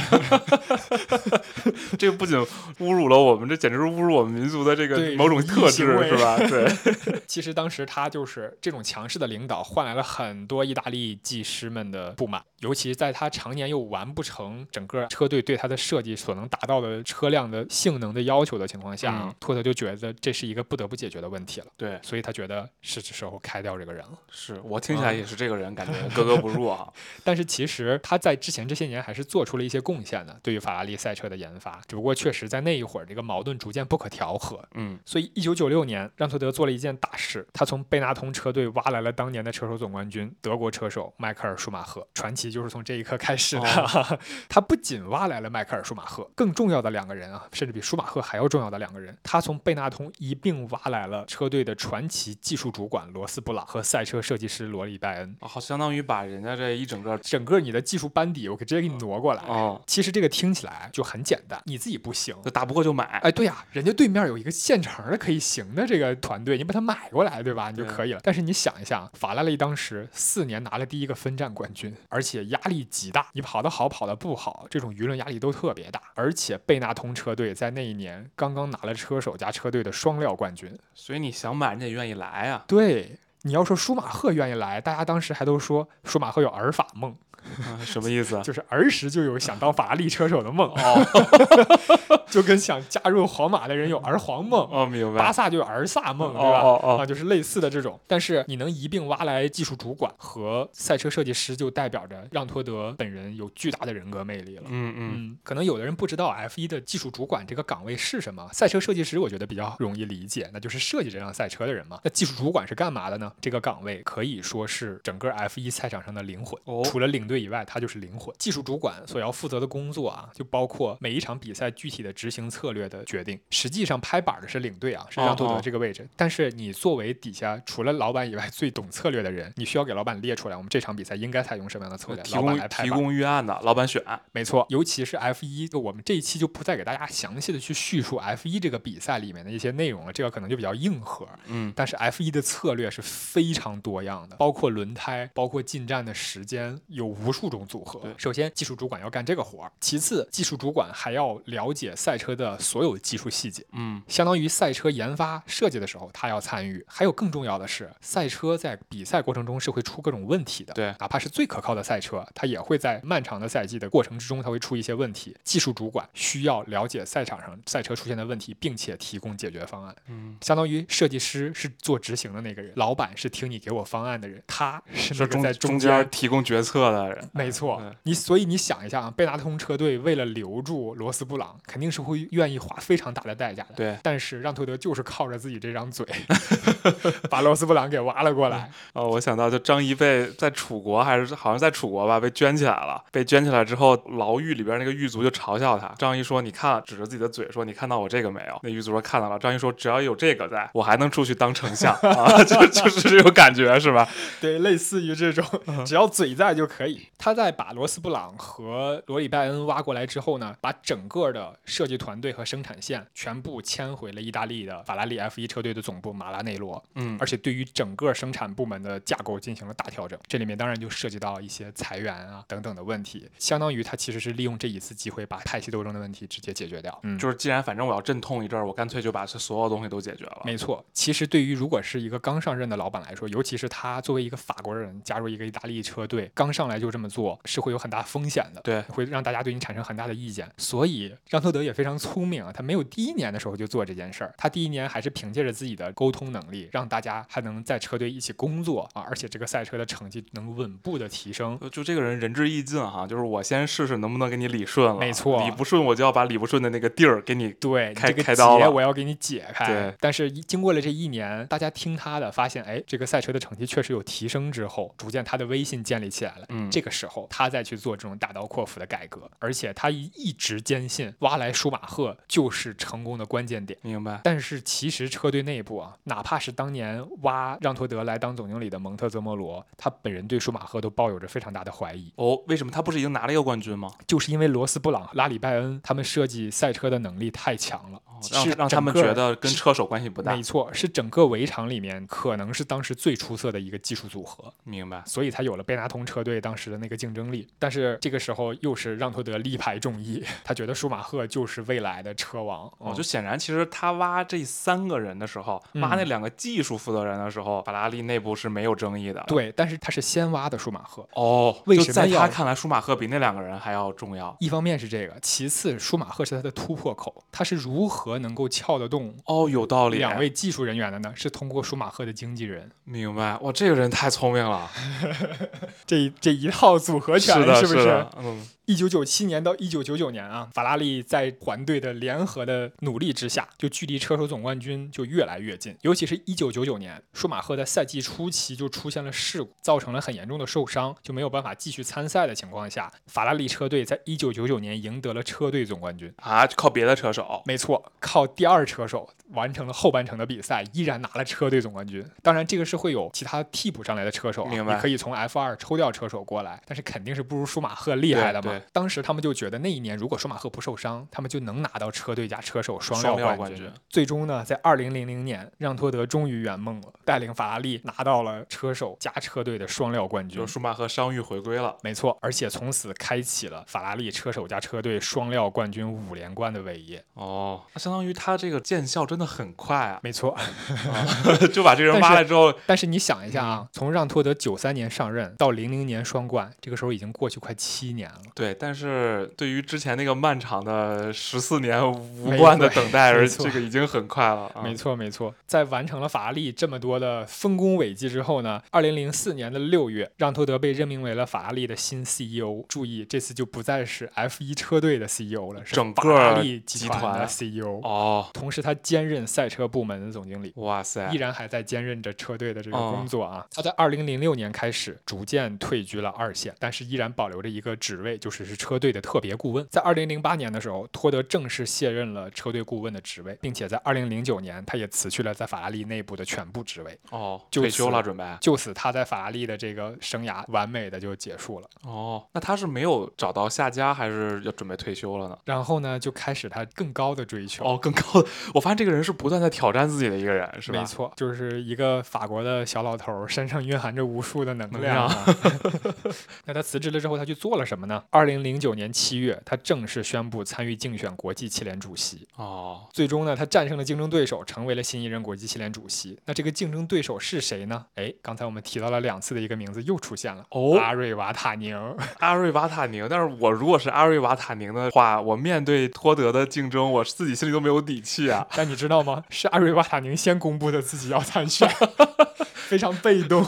这个不仅侮辱了我们，这简直是侮辱我们民族的这个某种特质，是吧？对。 其实当时他就是这种强势的领导，换来了很多意大利技师们的不满，尤其在他常年又完不成整个车队对他的设计所能达到的车辆的性能的要求的情况下， 嗯、 托特就觉得这是一个不得不解决的问题了。 对， 所以他觉得是时候开掉这个人了。 是我听起来也是这个人，嗯、感觉格格不入啊。 但是其实他在之前这些年还是做出了一些贡献的，对于法拉利赛车的研发。只不过确实在那一会儿，这个矛盾逐渐不可调和。 嗯， 所以一九九六年，让托德做了一件大事，他从贝纳通车队挖来了当年的车手总冠军德国车手迈克尔舒马赫。传奇就是从这一刻开始的。哦、他不仅挖来了迈克尔舒马赫，更重要的两个人啊，甚至比舒马赫还要重要的两个人，他从贝纳通一并挖来了车队的传奇技术主管罗斯布朗和赛车设计师罗里拜恩。 哦，好，相当于把人家这一整个整个你的技术班底，我可直接给你挪过来。 哦， 其实这个听起来就很简单，你自己不行， 就打不过就买。 哎，对呀、啊，人家对面有一个现成的可以行的这个团队，你把它买过来，对吧？你就可以了。但是你想一下，法拉利当时四年拿了第一个分站冠军，而且压力极大，你跑得好跑得不好，这种舆论压力都特别大。而且贝纳通车队在那一年刚刚拿了车手加车队的双料冠军， 所以你想买人家也愿意来啊。 对，你要说舒马赫愿意来，大家当时还都说舒马赫有尔法梦。 啊、什么意思？ 就是儿时就有想当法拉利车手的梦哦，就跟想加入皇马的人有儿皇梦哦，明白。 巴萨就有儿萨梦，对吧？ 哦哦啊，就是类似的这种。但是你能一并挖来技术主管和赛车设计师，就代表着让托德本人有巨大的人格魅力了。 嗯嗯嗯，可能有的人不知道 F 一 的技术主管这个岗位是什么，赛车设计师我觉得比较容易理解，那就是设计这辆赛车的人嘛。那技术主管是干嘛的呢？这个岗位可以说是整个 F 一 赛场上的灵魂， 哦、 除了领队以外，他就是灵魂。技术主管所要负责的工作啊，就包括每一场比赛具体的执行策略的决定。实际上拍板的是领队啊，是让托德这个位置。哦哦，但是你作为底下除了老板以外最懂策略的人，你需要给老板列出来，我们这场比赛应该采用什么样的策略， 提供老板来拍板， 提供预案的，老板选。 没错，尤其是 F 一，我们这一期就不再给大家详细的去叙述 F 一 这个比赛里面的一些内容了，这个可能就比较硬核。 嗯， 但是 F 一 的策略是非常多样的，包括轮胎，包括进站的时间，有无数种组合。首先，技术主管要干这个活儿；其次，技术主管还要了解赛车的所有技术细节。 嗯， 相当于赛车研发设计的时候，他要参与。还有更重要的是，赛车在比赛过程中是会出各种问题的。 对， 哪怕是最可靠的赛车，它也会在漫长的赛季的过程之中，它会出一些问题。技术主管需要了解赛场上赛车出现的问题，并且提供解决方案。 嗯， 相当于设计师是做执行的那个人，老板是听你给我方案的人，他是那个在中间提供决策的人。 没错，你所以你想一下啊，贝纳通车队为了留住罗斯布朗，肯定是会愿意花非常大的代价的。 对， 但是让托德就是靠着自己这张嘴，把罗斯布朗给挖了过来。 哦，我想到就张仪被在楚国还是好像在楚国吧，被圈起来了。被圈起来之后，牢狱里边那个狱卒就嘲笑他。张仪说：“你看，指着自己的嘴说，你看到我这个没有？”那狱卒说：“看到了。”张仪说：“只要有这个在，我还能出去当丞相啊！”就就是这种感觉，是吧？ 对，类似于这种，只要嘴在就可以。他在把罗斯布朗和罗里拜恩挖过来之后呢，把整个的设计团队和生产线全部迁回了意大利的法拉利 F 一 车队的总部马拉内罗。 嗯， 而且对于整个生产部门的架构进行了大调整。这里面当然就涉及到一些裁员啊等等的问题，相当于他其实是利用这一次机会把派系斗争的问题直接解决掉。 嗯，就是既然反正我要阵痛一阵儿，我干脆就把这所有东西都解决了。 没错，其实对于如果是一个刚上任的老板来说，尤其是他作为一个法国人加入一个意大利车队，刚上来就这么这么做是会有很大风险的， 对， 会让大家对你产生很大的意见。所以让托德也非常聪明啊，他没有第一年的时候就做这件事儿，他第一年还是凭借着自己的沟通能力，让大家还能在车队一起工作啊，而且这个赛车的成绩能稳步的提升。 就这个人仁至义尽哈，就是我先试试能不能给你理顺了， 没错， 理不顺我就要把理不顺的那个地儿给你对开这个开刀了， 我要给你解开。 对， 但是经过了这一年，大家听他的，发现哎，这个赛车的成绩确实有提升之后，逐渐他的威信建立起来了。 嗯， 这个时候他再去做这种大刀阔斧的改革，而且他一直坚信挖来舒马赫就是成功的关键点。 明白。 但是其实车队内部啊，哪怕是当年挖让托德来当总经理的蒙特泽莫罗，他本人对舒马赫都抱有着非常大的怀疑。 哦，为什么他不是已经拿了一个冠军吗？ 就是因为罗斯布朗、拉里拜恩他们设计赛车的能力太强了。 让让他们觉得跟车手关系不大， 没错，是整个围场里面可能是当时最出色的一个技术组合。 明白， 所以才有了贝纳通车队当时的那个竞争力。但是这个时候又是让托德力排众议，他觉得舒马赫就是未来的车王。 哦，就显然其实他挖这三个人的时候， 嗯、 挖那两个技术负责人的时候，法拉利内部是没有争议的。 对，但是他是先挖的舒马赫。 哦， 为什么在他看来，舒马赫比那两个人还要重要？ 一方面是这个，其次舒马赫是他的突破口，他是如何能够撬得动哦，有道理。 两位技术人员的呢？是通过舒马赫的经纪人。 明白，哇，这个人太聪明了， 这这一套组合拳是不是？ 是嗯。 一九九七年到一九九九年啊，法拉利在团队的联合的努力之下，就距离车手总冠军就越来越近。尤其是一九九九年，舒马赫在赛季初期就出现了事故，造成了很严重的受伤，就没有办法继续参赛的情况下，法拉利车队在一九九九年赢得了车队总冠军啊，靠别的车手？ 没错，靠第二车手完成了后半程的比赛，依然拿了车队总冠军。当然，这个是会有其他替补上来的车手、啊， 明白？ 你可以从 F 二 抽调车手过来，但是肯定是不如舒马赫厉害的嘛。当时他们就觉得那一年如果舒马赫不受伤，他们就能拿到车队加车手双料冠军。 冠军最终呢，在二零零零年，让托德终于圆梦了，带领法拉利拿到了车手加车队的双料冠军， 就是舒马赫伤愈回归了。 没错，而且从此开启了法拉利车手加车队双料冠军五连冠的伟业。 哦，那相当于他这个见效真的很快啊。 没错， 啊、就把这个人挖来之后， 但是你想一下啊，嗯、从让托德九三年上任到零零年双冠，这个时候已经过去快七年了。 对，但是对于之前那个漫长的十四年无冠的等待，而这个已经很快了。 没错，没错。在完成了法拉利这么多的丰功伟绩之后呢，二零零四年的六月，让托德被任命为了法拉利的新 C E O。注意，这次就不再是 F 一 车队的 C E O 了，是整个法拉利集团的 C E O。 哦， 同时他兼任赛车部门的总经理。 哇塞， 依然还在兼任着车队的这个工作啊。哦、他在二零零六年开始逐渐退居了二线，但是依然保留着一个职位，就是是车队的特别顾问。在二零零八年的时候，托德正式卸任了车队顾问的职位，并且在二零零九年，他也辞去了在法拉利内部的全部职位。 哦，退休了，准备就此他在法拉利的这个生涯完美的就结束了。 哦，那他是没有找到下家，还是要准备退休了呢？ 然后呢，就开始他更高的追求。 哦，更高的，我发现这个人是不断在挑战自己的一个人，是吧？ 没错，就是一个法国的小老头，身上蕴含着无数的能量、啊。那他辞职了之后，他去做了什么呢？二零零九年七月，他正式宣布参与竞选国际汽联主席。 哦， 最终呢，他战胜了竞争对手，成为了新一任国际汽联主席。那这个竞争对手是谁呢？哎，刚才我们提到了两次的一个名字又出现了。 哦， 阿瑞瓦塔宁。 阿瑞瓦塔宁，但是我如果是阿瑞瓦塔宁的话，我面对托德的竞争，我自己心里都没有底气啊。 但你知道吗？是阿瑞瓦塔宁先公布的自己要参选。非常被动。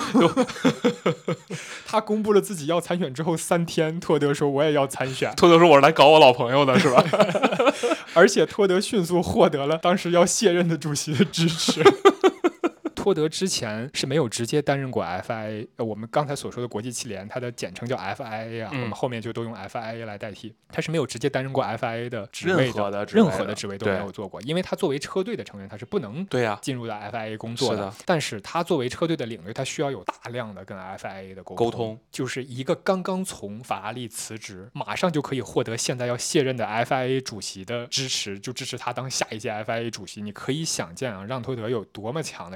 他公布了自己要参选之后三天，托德说我也要参选。 托德说我是来搞我老朋友的，是吧？ 而且托德迅速获得了当时要卸任的主席的支持。托德之前是没有直接担任过 F I A， 呃，我们刚才所说的国际汽联，它的简称叫 F I A 啊、嗯，我们后面就都用 F I A 来代替。他是没有直接担任过 F I A 的职位的， 任何的任何的职位都没有做过，因为他作为车队的成员，他是不能对呀进入到 F I A 工作的。 的但是他作为车队的领队，他需要有大量的跟 F I A 的沟通， 沟通就是一个刚刚从法拉利辞职，马上就可以获得现在要卸任的 F I A 主席的支持，就支持他当下一届 F I A 主席。你可以想见啊，让托德有多么强的人格魅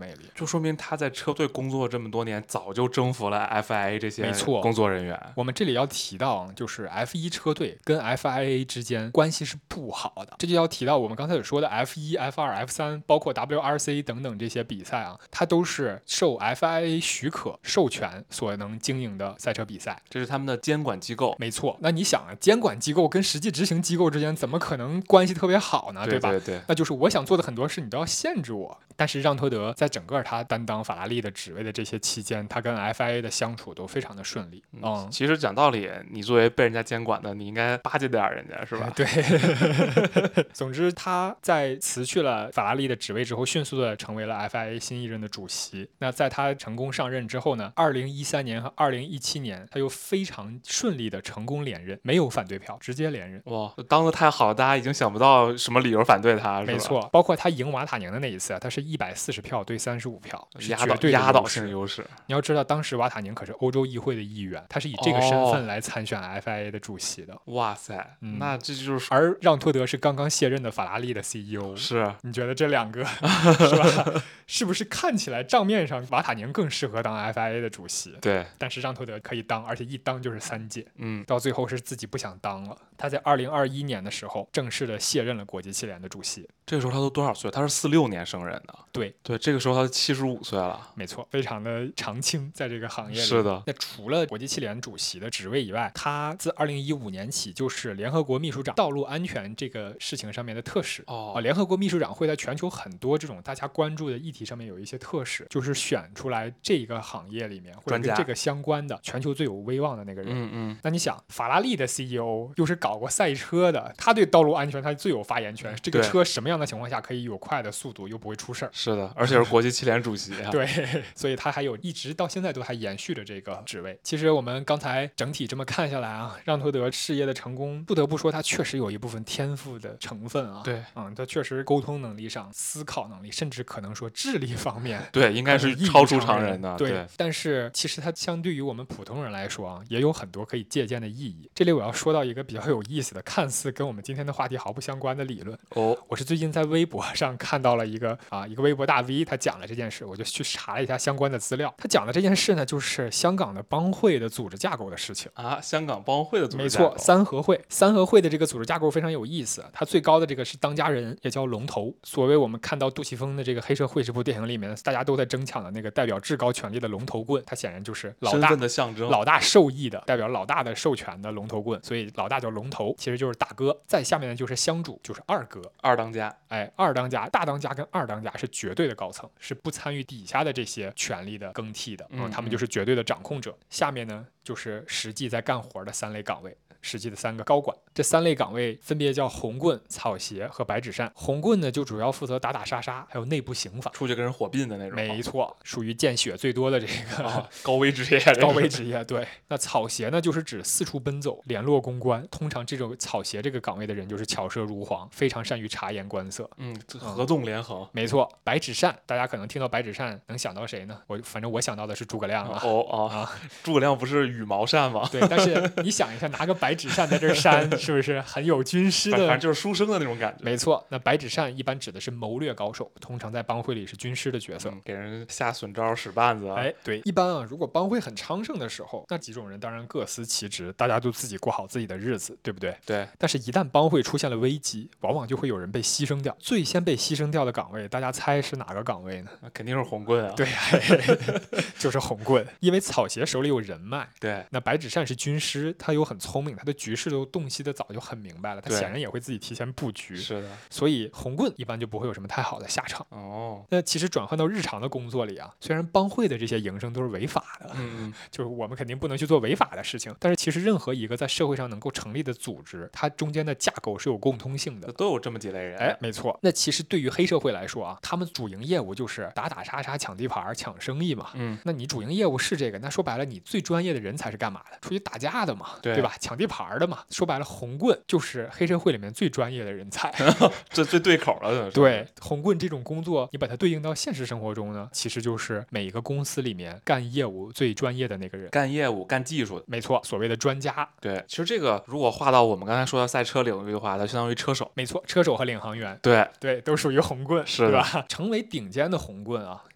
魅力。 就说明他在车队工作这么多年，早就征服了 F I A 这些没错工作人员。 我们这里要提到，就是 F 一 车队跟 F I A 之间关系是不好的，这就要提到我们刚才有说的 F 一、F 二、F 三，包括 W R C 等等这些比赛啊，它都是受 F I A 许可授权所能经营的赛车比赛， 这是他们的监管机构。 没错。那你想啊，监管机构跟实际执行机构之间怎么可能关系特别好呢？吧？ 对对对， 那就是我想做的很多事，你都要限制我。但是让托德在整个他担当法拉利的职位的这些期间，他跟 F I A 的相处都非常的顺利。嗯， 嗯其实讲道理，你作为被人家监管的，你应该巴结点人家，是吧？ 对。总之，他在辞去了法拉利的职位之后，迅速的成为了 F I A 新一任的主席。那在他成功上任之后呢，二零一三年和二零一七年，他又非常顺利的成功连任，没有反对票，直接连任。 哇，当的太好了，大家已经想不到什么理由反对他，是吧？ 没错，包括他赢瓦塔宁的那一次啊，他是一百四十票对三十五票，是压倒绝对的压倒优势性优势。 你要知道，当时瓦塔宁可是欧洲议会的议员，他是以这个身份来参选 F I A 的主席的。 哇塞， 嗯那这就是而让托德是刚刚卸任的法拉利的 C E O。 是你觉得这两个是吧？是不是看起来账面上瓦塔宁更适合当 F I A 的主席？ 对， 但是让托德可以当，而且一当就是三届。 嗯， 到最后是自己不想当了。他在二零二一年的时候正式的卸任了国际汽联的主席。 这个时候他都多少岁？他是四六年生人的。 对对，这个时候他七十五岁了。 没错，非常的常青，在这个行业里。 是的。 那除了国际汽联主席的职位以外，他自二零一五年起就是联合国秘书长，道路安全这个事情上面的特使。 哦、 啊，联合国秘书长会在全球很多这种大家关注的议题上面有一些特使，就是选出来这个行业里面或者跟这个相关的全球最有威望的那个人。 嗯嗯。 那你想，法拉利的 C E O 又是搞过赛车的，他对道路安全他最有发言权。这个车什么样的情况下可以有快的速度又不会出事儿？ 是的，而且是国际汽联主席、啊。 对，所以他还有一直到现在都还延续着这个职位。其实我们刚才整体这么看下来啊，让托德事业的成功，不得不说他确实有一部分天赋的成分啊。 对， 嗯，他确实沟通能力上、思考能力，甚至可能说智力方面， 对，应该是超出常人的。 对， 对， 但是其实他相对于我们普通人来说啊，也有很多可以借鉴的意义。这里我要说到一个比较有意思的，看似跟我们今天的话题毫不相关的理论。 哦， 我是最近在微博上看到了一个啊，一个微博大 V， 他讲了这件事，我就去查了一下相关的资料。他讲的这件事呢，就是香港的帮会的组织架构的事情啊。香港帮会的组织架构， 没错，三合会。三合会的这个组织架构非常有意思，它最高的这个是当家人，也叫龙头。所谓我们看到杜琪峰的这个黑社会这部电影里面，大家都在争抢的那个代表至高权力的龙头棍，它显然就是老大身份的象征， 老大授意的，代表老大的授权的龙头棍，所以老大叫龙头，其实就是大哥。再下面呢就是香主，就是二哥， 二当家。 哎，二当家、大当家跟二当家是绝对的高层，是不参与底下的这些权力的更替的，嗯， 嗯他们就是绝对的掌控者。下面呢就是实际在干活的三类岗位。实际的三个高管，这三类岗位分别叫红棍、草鞋和白纸扇。红棍呢就主要负责打打杀杀，还有内部刑法， 出去跟人火并的那种。 没错，属于见血最多的这个、 哦、高危职业。 高危职业，对。那草鞋呢，就是指四处奔走、联络公关。通常这种草鞋这个岗位的人就是巧舌如簧，非常善于察言观色。 嗯，合纵连横。 没错，白纸扇，大家可能听到白纸扇能想到谁呢？我反正我想到的是诸葛亮啊。 哦哦啊，诸葛亮不是羽毛扇吗？ 对，但是你想一下，拿个白纸扇在这儿扇。是不是很有军师的？ 反正就是书生的那种感觉。 没错，那白纸扇一般指的是谋略高手，通常在帮会里是军师的角色， 嗯、给人下损招、使绊子、啊。 哎，对，一般啊，如果帮会很昌盛的时候，那几种人当然各司其职，大家都自己过好自己的日子，对不对？ 对。 但是，一旦帮会出现了危机，往往就会有人被牺牲掉。最先被牺牲掉的岗位，大家猜是哪个岗位呢？ 那肯定是红棍啊。 对，就是红棍，因为草鞋手里有人脉。 对。 那白纸扇是军师，他又很聪明，他的局势都洞悉的早就很明白了，他显然也会自己提前布局。 是的。 所以红棍一般就不会有什么太好的下场。 哦。 那其实转换到日常的工作里啊，虽然帮会的这些营生都是违法的， 嗯， 就是我们肯定不能去做违法的事情，但是其实任何一个在社会上能够成立的组织，它中间的架构是有共通性的， 都有这么几类人。 哎，没错。那其实对于黑社会来说啊，他们主营业务就是打打杀杀、抢地盘、抢生意嘛。 嗯， 那你主营业务是这个，那说白了，你最专业的人才是干嘛的？出去打架的嘛， 对， 对吧？抢地盘的嘛。说白了，红棍就是黑社会里面最专业的人才， 这最对口了。 对，红棍这种工作，你把它对应到现实生活中呢，其实就是每一个公司里面干业务最专业的那个人， 干业务、干技术， 没错，所谓的专家。 对，其实这个如果划到我们刚才说的赛车领域的话，它相当于车手。 没错，车手和领航员， 对对，都属于红棍， 是吧？成为顶尖的红棍啊，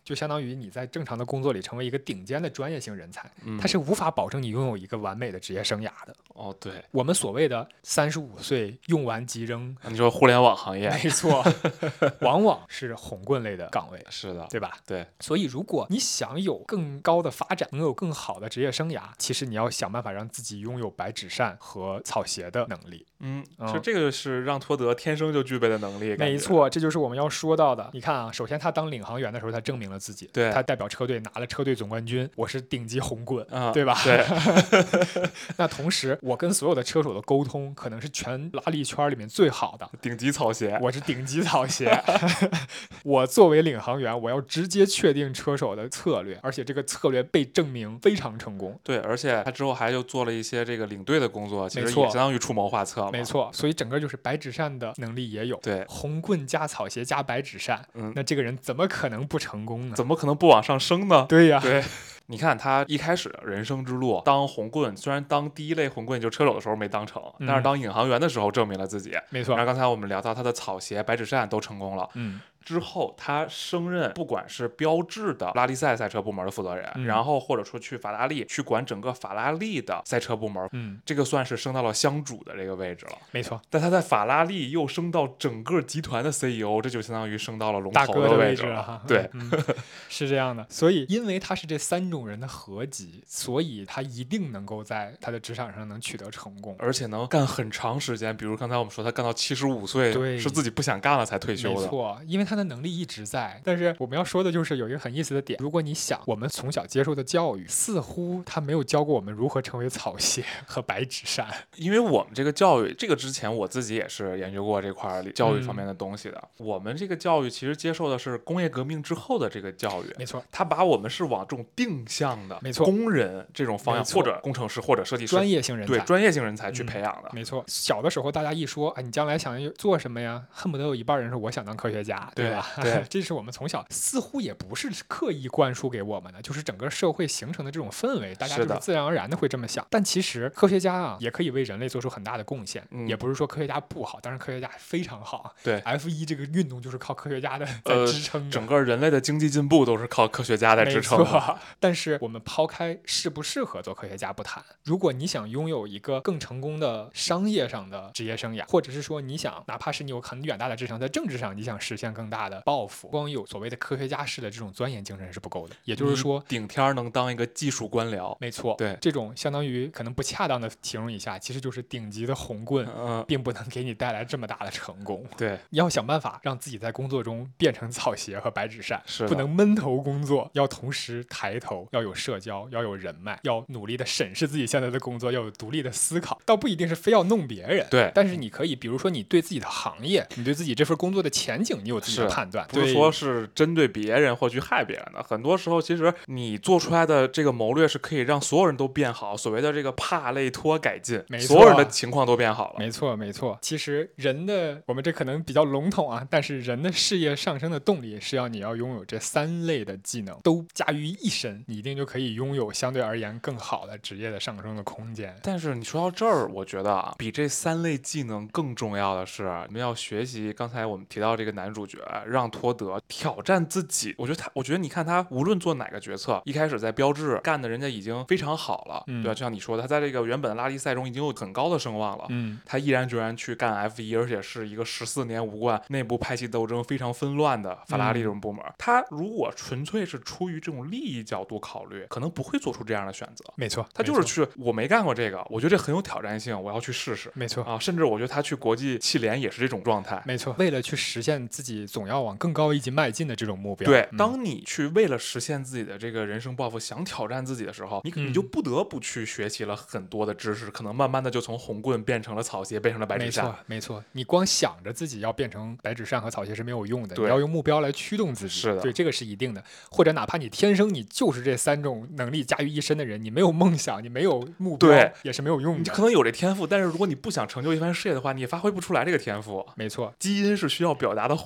就相当于你在正常的工作里成为一个顶尖的专业性人才， 嗯它是无法保证你拥有一个完美的职业生涯的。 哦，对， 我们所谓的三十五岁用完即扔， 你说互联网行业， 没错，往往是红棍类的岗位， 是的， 对吧？ 对， 所以如果你想有更高的发展，能有更好的职业生涯，其实你要想办法让自己拥有白纸扇和草鞋的能力。 嗯， 嗯是这个是让托德天生就具备的能力，感觉没错，这就是我们要说到的。你看啊，首先他当领航员的时候，他证明了自己， 对他代表车队拿了车队总冠军，我是顶级红棍， 啊， 对吧？ 对， 那同时，我跟所有的车手的沟通，可能是全拉力圈里面最好的。 顶级草鞋， 我是顶级草鞋，我作为领航员，我要直接确定车手的策略，而且这个策略被证明非常成功。 对，而且他之后还又做了一些这个领队的工作，其实没错也相当于出谋划策嘛。 没错，所以整个就是白纸扇的能力也有， 对， 红棍加草鞋加白纸扇， 嗯， 那这个人怎么可能不成功呢？ 怎么可能不往上升呢？ 对呀， 对。你看他一开始人生之路当红棍，虽然当第一类红棍就车手的时候没当成， 嗯但是当领航员的时候证明了自己。 没错然后，刚才我们聊到他的草鞋、白纸扇都成功了。 嗯， 之后他升任不管是标致的拉力赛赛车部门的负责人， 嗯然后或者说去法拉利去管整个法拉利的赛车部门， 嗯， 这个算是升到了箱主的这个位置了。 没错， 但他在法拉利又升到整个集团的 C E O， 这就相当于升到了龙头大哥的位了置哈。 对， 嗯，是这样的。所以，因为他是这三种人的合集，所以他一定能够在他的职场上能取得成功， 而且能干很长时间。比如刚才我们说他干到七十五岁， 对是自己不想干了才退休的。 没错，因为他的能力一直在。但是我们要说的就是有一个很意思的点，如果你想，我们从小接受的教育似乎他没有教过我们如何成为草鞋和白纸扇。 因为我们这个教育，这个之前我自己也是研究过这块教育方面的东西的。 嗯、 我们这个教育其实接受的是工业革命之后的这个教育， 没错， 他把我们是往这种定向的， 没错， 工人这种方向，或者工程师或者设计师， 专业性人才， 对专业性人才去培养的。 嗯、没错，小的时候大家一说，哎，你将来想做什么呀？恨不得有一半人说我想当科学家， 对吧？ 对， 这是我们从小似乎也不是刻意灌输给我们的，就是整个社会形成的这种氛围，大家就是自然而然的会这么想。但其实科学家啊，也可以为人类做出很大的贡献， 嗯、 也不是说科学家不好，当然科学家非常好。 对 ，F 一 这个运动就是靠科学家的在支撑、 呃，整个人类的经济进步都是靠科学家在支撑。 没错，但是我们抛开适不适合做科学家不谈，如果你想拥有一个更成功的商业上的职业生涯，或者是说你想，哪怕是你有很远大的志向，在政治上你想实现更大的抱负，光有所谓的科学家式的这种钻研精神是不够的。也就是说， 顶天能当一个技术官僚， 没错， 对， 这种相当于可能不恰当的形容一下，其实就是顶级的红棍， 嗯， 并不能给你带来这么大的成功。 对， 你要想办法让自己在工作中变成草鞋和白纸扇， 是不能闷头工作，要同时抬头，要有社交，要有人脉，要努力的审视自己现在的工作，要有独立的思考，倒不一定是非要弄别人， 对， 但是你可以，比如说你对自己的行业，你对自己这份工作的前景，你有自己的判断， 不是说是针对别人或去害别人的。很多时候，其实你做出来的这个谋略是可以让所有人都变好，所谓的这个帕累托改进，所有人的情况都变好了。 没错，没错。其实人的，我们这可能比较笼统啊，但是人的事业上升的动力是要你要拥有这三类的技能都加于一身，你一定就可以拥有相对而言更好的职业的上升的空间。 但是你说到这儿，我觉得啊，比这三类技能更重要的是，你们要学习刚才我们提到这个男主角让托德挑战自己。我觉得他，我觉得你看他无论做哪个决策，一开始在标致干的人家已经非常好了， 嗯、 对吧？就像你说的，他在这个原本的拉力赛中已经有很高的声望了， 嗯， 他毅然决然去干 F 一，而且是一个十四年无冠、内部派系斗争非常纷乱的法拉利这种部门。嗯、他如果纯粹是出于这种利益角度考虑，可能不会做出这样的选择。 没错， 他就是去，我没干过这个，我觉得这很有挑战性，我要去试试。 没错啊，甚至我觉得他去国际汽联也是这种状态。 没错，为了去实现自己总要往更高一级迈进的这种目标。 对， 嗯、 当你去为了实现自己的这个人生抱负，想挑战自己的时候，你你就不得不去学习了很多的知识，可能慢慢的就从红棍变成了草鞋，变成了白纸扇。 没错，没错，你光想着自己要变成白纸扇和草鞋是没有用的，你要用目标来驱动自己。 是的， 对，这个是一定的。或者哪怕你天生你就是这三种能力加于一身的人，你没有梦想，你没有目标， 对， 也是没有用的。 你可能有这天赋，但是如果你不想成就一番事业的话，你也发挥不出来这个天赋。 没错， 基因是需要表达的环境的。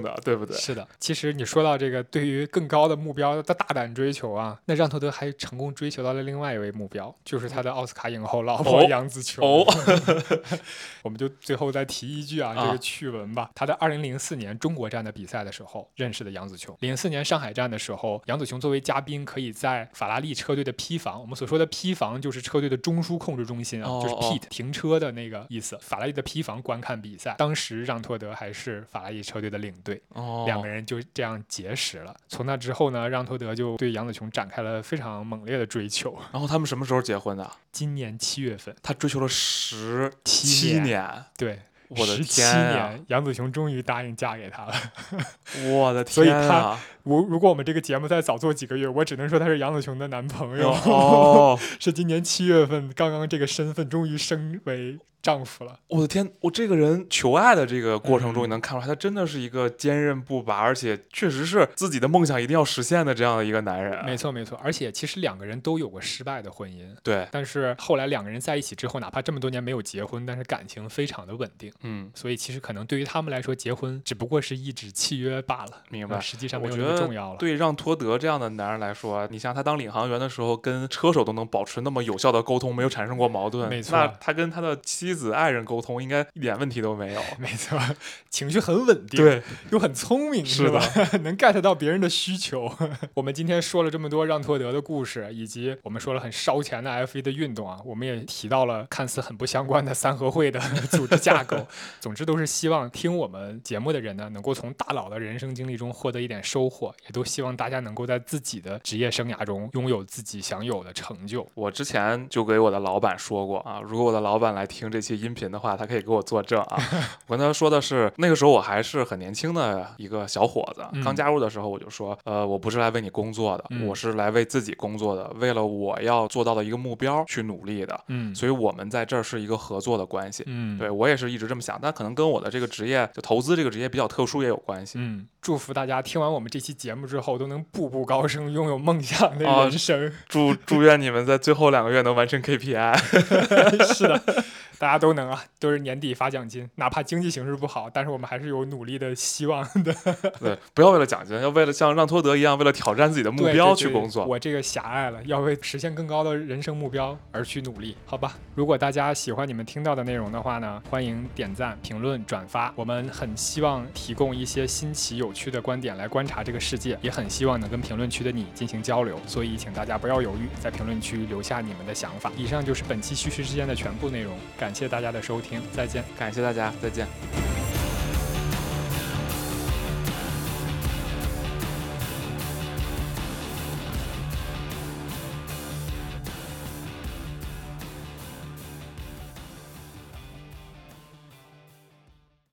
的，对不对？ 是的，其实你说到这个对于更高的目标的大胆追求啊，那让托德还成功追求到了另外一位目标，就是他的奥斯卡影后老婆杨紫琼。 哦， 我们就最后再提一句啊， 啊这个趣闻吧。他在二零零四年中国站的比赛的时候认识的杨紫琼。零四年上海站的时候，杨紫琼作为嘉宾可以在法拉利车队的 P 房，我们所说的 P 房就是车队的中枢控制中心啊， 哦就是 pit 停车的那个意思。法拉利的 P 房观看比赛，当时让托德还是法拉利车队的领队， 哦， 两个人就这样结识了。从那之后呢，让托德就对杨紫琼展开了非常猛烈的追求。 然后他们什么时候结婚的？ 今年七月份， 他追求了十七七年年， 对。 我的十七天啊！ 年，杨紫琼终于答应嫁给他了。 我的天啊！ 所以他，如如果我们这个节目再早做几个月，我只能说他是杨紫琼的男朋友。 哦， 是今年七月份，刚刚这个身份终于升为丈夫了。 我的天，我这个人求爱的这个过程中，你能看出来，他真的是一个坚韧不拔，而且确实是自己的梦想一定要实现的这样的一个男人。 没错，没错。而且其实两个人都有过失败的婚姻， 对。 但是后来两个人在一起之后，哪怕这么多年没有结婚，但是感情非常的稳定。 嗯， 所以其实可能对于他们来说，结婚只不过是一纸契约罢了。 明白。 实际上没有那么重要了。 对让托德这样的男人来说，你像他当领航员的时候，跟车手都能保持那么有效的沟通，没有产生过矛盾。 没错。 那他跟他的妻子、爱人沟通，应该一点问题都没有。 没错，情绪很稳定， 对， 又很聪明， 是吧？能 get 到别人的需求。我们今天说了这么多让托德的故事，以及我们说了很烧钱的 F 一 的运动啊，我们也提到了看似很不相关的三合会的组织架构。总之都是希望听我们节目的人呢，能够从大佬的人生经历中获得一点收获，也都希望大家能够在自己的职业生涯中拥有自己想有的成就。 我之前就给我的老板说过啊，如果我的老板来听这期音频的话，他可以给我作证啊。我跟他说的是，那个时候我还是很年轻的一个小伙子， 嗯、 刚加入的时候我就说，呃，我不是来为你工作的， 嗯、 我是来为自己工作的，为了我要做到的一个目标去努力的。 嗯， 所以我们在这儿是一个合作的关系。 嗯， 对，我也是一直这么想，但可能跟我的这个职业，就投资这个职业比较特殊也有关系。 嗯，祝福大家听完我们这期节目之后，都能步步高升，拥有梦想的人生。 哦、祝祝愿你们在最后两个月能完成 K P I。 是的。大家都能啊，都是年底发奖金，哪怕经济形势不好，但是我们还是有努力的希望的。 对，不要为了奖金，要为了像让托德一样，为了挑战自己的目标去工作。 对对对，我这个狭隘了，要为实现更高的人生目标而去努力，好吧？如果大家喜欢你们听到的内容的话呢，欢迎点赞、评论、转发。我们很希望提供一些新奇有趣的观点来观察这个世界，也很希望能跟评论区的你进行交流。所以请大家不要犹豫，在评论区留下你们的想法。以上就是本期虚实之间的全部内容，感谢大家的收听，再见。 感谢大家，再见。